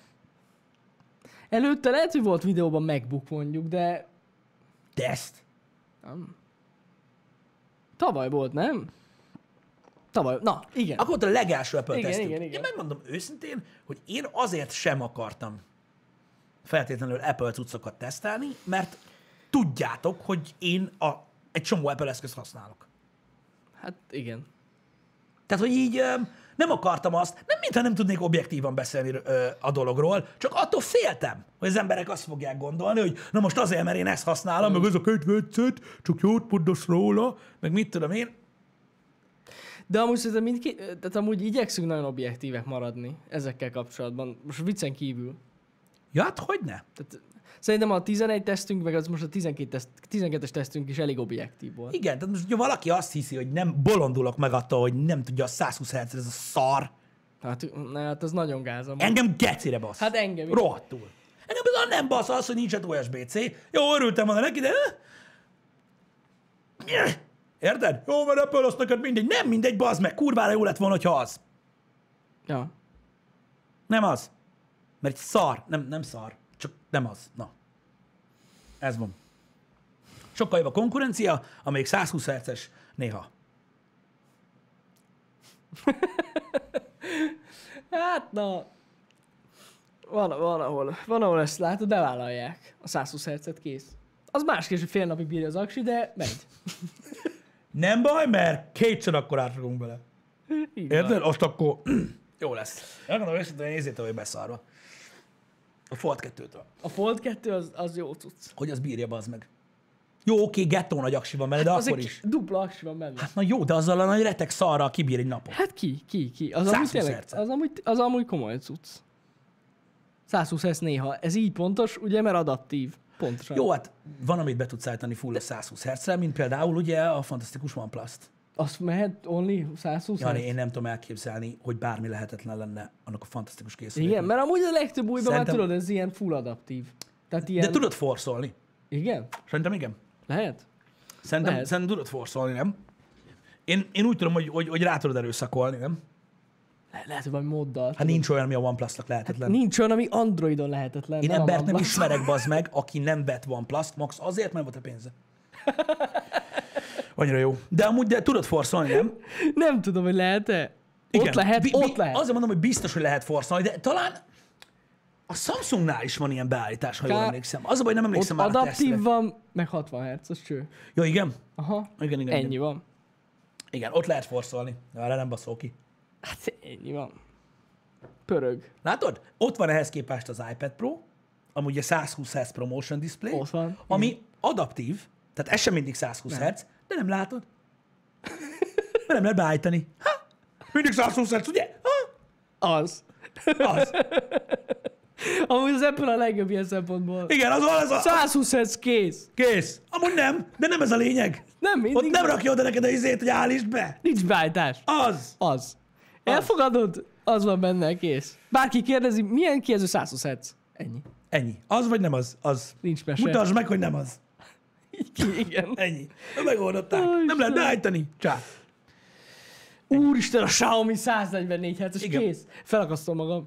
Előtte lehet, hogy volt videóban MacBook mondjuk, de... Teszt? Nem. Tavaly volt, nem? Tavaly, na, igen. Akkor volt a legelső Apple igen, tesztünk. Igen, igen. Én megmondom őszintén, hogy én azért sem akartam feltétlenül Apple cuccokat tesztelni, mert tudjátok, hogy én a, egy csomó Apple eszközt használok. Hát igen. Tehát, hogy így nem akartam azt, nem mintha nem tudnék objektívan beszélni a dologról, csak attól féltem, hogy az emberek azt fogják gondolni, hogy na most azért, mert én ezt használom, mm. meg ez a két viccet, csak jót mondasz róla, meg mit tudom én. De amúgy szerintem mindki, tehát amúgy igyekszünk nagyon objektívek maradni ezekkel kapcsolatban, most viccen kívül. Ja, hát hogyne? Tehát Szerintem a tizenegy tesztünk, meg az most a tizenkét teszt, tizenkettes tesztünk is elég objektív volt. Igen, tehát most, hogyha valaki azt hiszi, hogy nem bolondulok meg attól, hogy nem tudja a száz húsz hertzet, ez a szar, Hát, ne, hát az nagyon gáz. amúgy. engem gecire basz. Hát engem is. Rohadtul. Engem az nem basz az, hogy nincs u es bé cé. Jó, örültem volna neki, de... Érted? Jó, mert Apple azt neked mindegy. Nem mindegy, bazd meg. Kurvára jó lett volna, hogyha az. Ja. Nem az. Mert szar. Nem, nem szar. Csak nem az. Na. Ez van. Sokkal jobb a konkurencia, amelyik száz húsz hertzes néha. Hát na, van, van, ahol, van, ahol ezt látod, bevállalják a száz húsz hertzet, kész. Az más kérdés, hogy fél napig bírja az aksi, de megy. Nem baj, mert kétszer akkor átrakunk bele. Így van. Érted? Azt akkor jó lesz. Elmondom őszintén, hogy nézzétek, hogy beszarva. A Fold kettőtől. A Fold kettő az, az jó cucc. Hogy az bírja, bazd meg. Jó, oké, gettó nagy aksi van bele, de Az akkor egy is. dupla aksi van benne. Hát na jó, de azzal a nagy retek szarral kibír egy napot. Hát ki, ki, ki. Az száz amúgy, húsz tényleg, hertzet. az, amúgy, az amúgy komoly cucc. száz húsz hertz néha. Ez így pontos, ugye, mert adaptív. Pontosan. Jó, hát van, amit be tudsz állítani full száz húsz hertzre, mint például ugye a fantasztikus OnePlus-t. Azt mehet only száz húsz Jani, hertz? én nem tudom elképzelni, hogy bármi lehetetlen lenne annak a fantasztikus készüléknek. Igen, mert amúgy a legtöbb újban Szerintem- már tudod, ez ilyen full adaptív. Tehát ilyen... De tudod forszolni. Igen? Szerintem igen. Lehet? Szerintem, Lehet. szerintem tudod forszolni, nem? Én, én úgy tudom, hogy, hogy, hogy rá tudod erőszakolni, nem? Le- lehet, hogy valami móddal. Hát nincs olyan, ami a OnePlus-nak lehetetlen. Nincs olyan, ami Androidon lehetetlen. Én nem a embert nem OnePlus. ismerek, bazd meg, aki nem vett OnePlus-t, max azért, mert volt a pénze. Annyira jó. De amúgy de tudod forszolni, nem? Nem tudom, hogy lehet-e. Ott lehet, Bi- bi- ott lehet. Azért mondom, hogy biztos, hogy lehet forszolni, de talán a Samsungnál is van ilyen beállítás, ha jól Ká- emlékszem. Az a baj, nem Ott emlékszem már a adaptív tesztre. van, meg hatvan hertzes cső. Jó, igen? Aha, Igen, igen, ennyi igen. van. Igen, ott lehet forszolni. De arra nem baszol ki. Hát ennyi van. Pörög. Látod? Ott van ehhez képest az iPad Pro, amúgy a száz húsz hertz Promotion Display, Ott van. ami adaptív, tehát ez sem mindig száz húsz hertz, de nem látod. Mert nem lehet beállítani. Ha? Mindig száz húsz hertz, ugye? Ha? Az. Az. Amúgy az Apple a legjobb ilyen szempontból. Igen, az van, ez a... száz húsz hertz kész. Kész. Amúgy nem, de nem ez a lényeg. Nem mindig. Ott nem rakja oda neked a izét, hogy állítsd be. Nincs beállítás. Az. Az. Elfogadod? Az van benne, kész. Bárki kérdezi, milyen kijelző száz húsz hertz. Ennyi. Ennyi. Az vagy nem az? Az. Nincs mese. Mutasd meg, hogy nem az. Igen. Ennyi. Megoldották. Ó, Nem lehet Istenem. beállítani. Csá. Úristen, a Xiaomi száznegyvennégy hertzes Igen. kész. Felakasztom magam.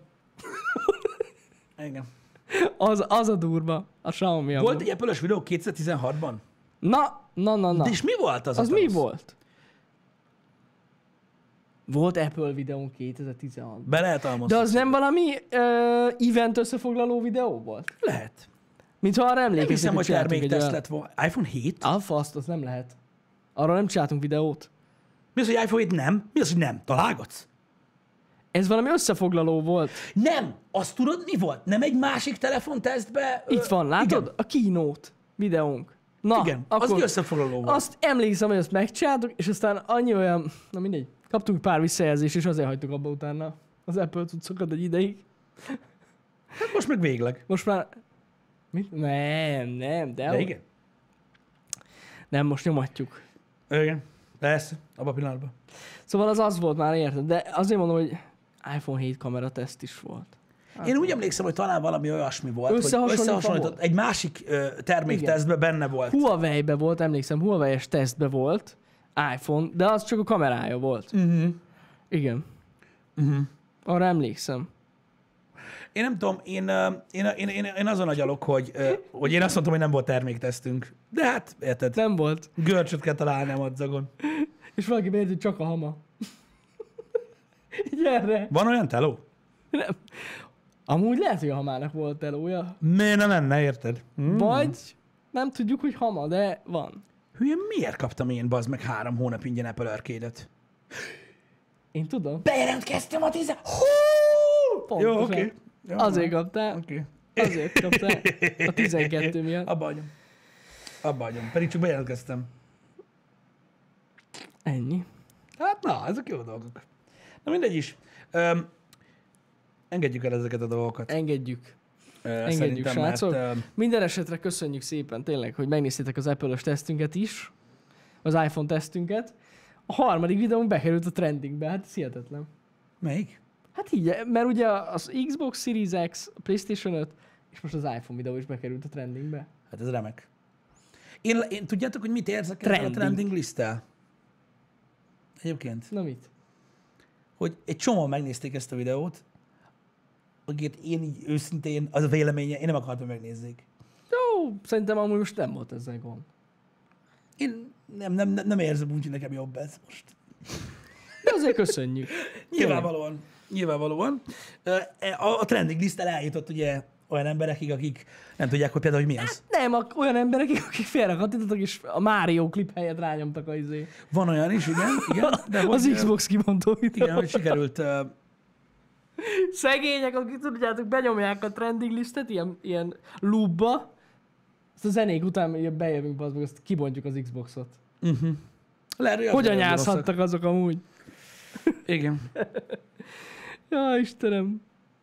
Igen. Az, az a durva. A Xiaomi. Volt amúgy. egy Apple-ös videó kétezer-tizenhatban? Na, na, na, na. De és mi volt az? Az a mi rossz? volt? Volt Apple videón kétezer-tizenhatban. Be lehet De almozni. az nem valami uh, event összefoglaló videó volt? Lehet. Mintha arra Nem emlékeztek, hiszem, hogy csináltunk egy termékteszt olyan- lett volna. iPhone hét? Ah, faszt, az nem lehet. Arra nem csináltunk videót. Mi az, hogy iPhone hét nem? Mi az, hogy nem? Találgatsz? Ez valami összefoglaló volt. Nem. Azt tudod, mi volt? Nem egy másik telefontesztbe? ö, Itt van, látod? Igen. A keynote videónk. Na, Igen, akkor az egy összefoglaló volt. azt emlékszem, hogy azt megcsináltuk, és aztán annyi olyan, na mindegy, kaptunk pár visszajelzést, és azért hagytuk abba utána az Apple cuccokat egy ideig. Hát most meg végleg. Most már... Mit? Nem, nem, de, De igen. nem, most nyomatjuk. Igen. Persze. Abban a pillanatban. Szóval az az volt már, érted? De azért mondom, hogy iPhone hét kamera teszt is volt. Én úgy emlékszem, hogy talán valami olyasmi volt, hogy Összehasonlítva összehasonlított. volt. Egy másik ö, terméktesztbe benne volt. Huawei-be volt, emlékszem, Huawei-es tesztbe volt iPhone, de az csak a kamerája volt. Uh-huh. Igen. Uh-huh. Arra emlékszem. Én nem tudom, én, ö, én, én, én, én azon agyalok, hogy, ö, hogy én azt mondtam, hogy nem volt terméktesztünk. De hát, érted, Nem volt. görcsöt kell találni a madzagon. És valaki beért, hogy csak a hama. Gyere! Van olyan teló? Nem. Amúgy lehet, hogy a hamának volt telója. Miért nem lenne, érted? Hmm. Vagy nem tudjuk, hogy hama, de van. Hülye, miért kaptam én, bazd meg, három hónap ingyen Apple Arcade-et? Én tudom. Bejelentkeztem a tizen... Hú! Pontosan. Jó, oké. Jó, Azért kaptál. Oké. Azért kaptál. A tizenkettő miatt. Abba hagyom. Abba hagyom. Pedig csak bejelentkeztem. Ennyi. Hát na, ezek jó dolgok. Na mindegy is. Öm, engedjük el ezeket a dolgokat. Engedjük. Engedjük, srácok. Mert, uh... Minden esetre köszönjük szépen tényleg, hogy megnéztétek az Apple-ös tesztünket is, az iPhone tesztünket. A harmadik videón bekerült a trendingbe, hát ez hihetetlen. Melyik? Hát így, mert ugye az Xbox Series X, a PlayStation öt, és most az iPhone videó is bekerült a trendingbe. Hát ez remek. Én, én tudjátok, hogy mit érzek ezzel a trending listtel? Egyébként. Na mit? Hogy egy csomóan megnézték ezt a videót, akiket én így őszintén, az a véleménye, én nem akartam, hogy megnézzék. Jó, szerintem amúgy most nem volt ezzel gond. Én nem, nem, nem érzem úgy, hogy nekem jobb ez most. De azért köszönjük. Nyilvánvalóan. Nyilvánvalóan. A, a trending listtel eljutott ugye olyan emberekig, akik nem tudják, hogy például, hogy mi az. Hát nem, a, olyan emberekig, akik félrekattintottak, és a Mario klip helyett rányomtak a izé. Van olyan is, igen. igen de az hogy, Xbox kibontó videó. Igen, hogy sikerült... Uh... Szegények, akik tudjátok, benyomják a trending listet ilyen, ilyen loopba, azt a zenék után bejövünk, azok, azt kibontjuk az Xboxot. Uh-huh. Lehet, hogyan nyázhattak azok amúgy? Igen. Ja, Istenem.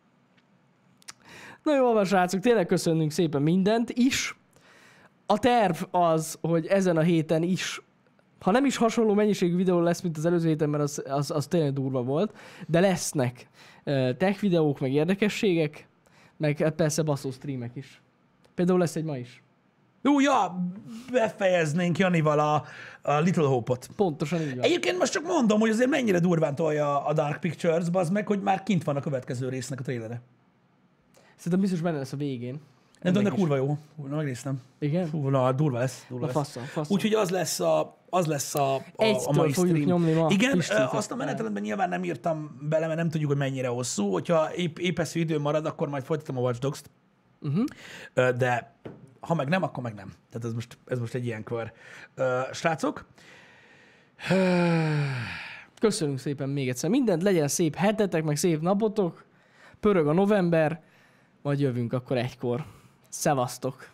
Na jó, van, srácok, tényleg köszönünk szépen mindent is. A terv az, hogy ezen a héten is, ha nem is hasonló mennyiségű videó lesz, mint az előző héten, mert az, az, az tényleg durva volt, de lesznek uh, tech videók, meg érdekességek, meg persze baszó streamek is. Például lesz egy ma is. Jó, ja, befejeznénk Janival a, a Little Hope-ot. Pontosan így van. Egyébként most csak mondom, hogy azért mennyire durván tolja a Dark Pictures, bazd meg, hogy már kint van a következő résznek a trailere. Szerintem biztos benne lesz a végén. Nem tudom, de kurva jó. Na, megnéztem. Igen? Fú, na, durva lesz. Durva lesz. Faszom, faszom. Úgyhogy az lesz a, az lesz a, a, a mai stream. Nyomni ma. Igen, azt a menetrendben nyilván nem írtam bele, mert nem tudjuk, hogy mennyire hosszú. Hogyha épp, épeszű idő marad, akkor majd folytatom a Watch Dogs-t. Uh-huh. De ha meg nem, akkor meg nem. Tehát ez most, ez most egy ilyen kör. Srácok? Köszönünk szépen még egyszer. Mindent, legyen szép hetetek, meg szép napotok. Pörög a november, majd jövünk akkor egykor. Szevasztok!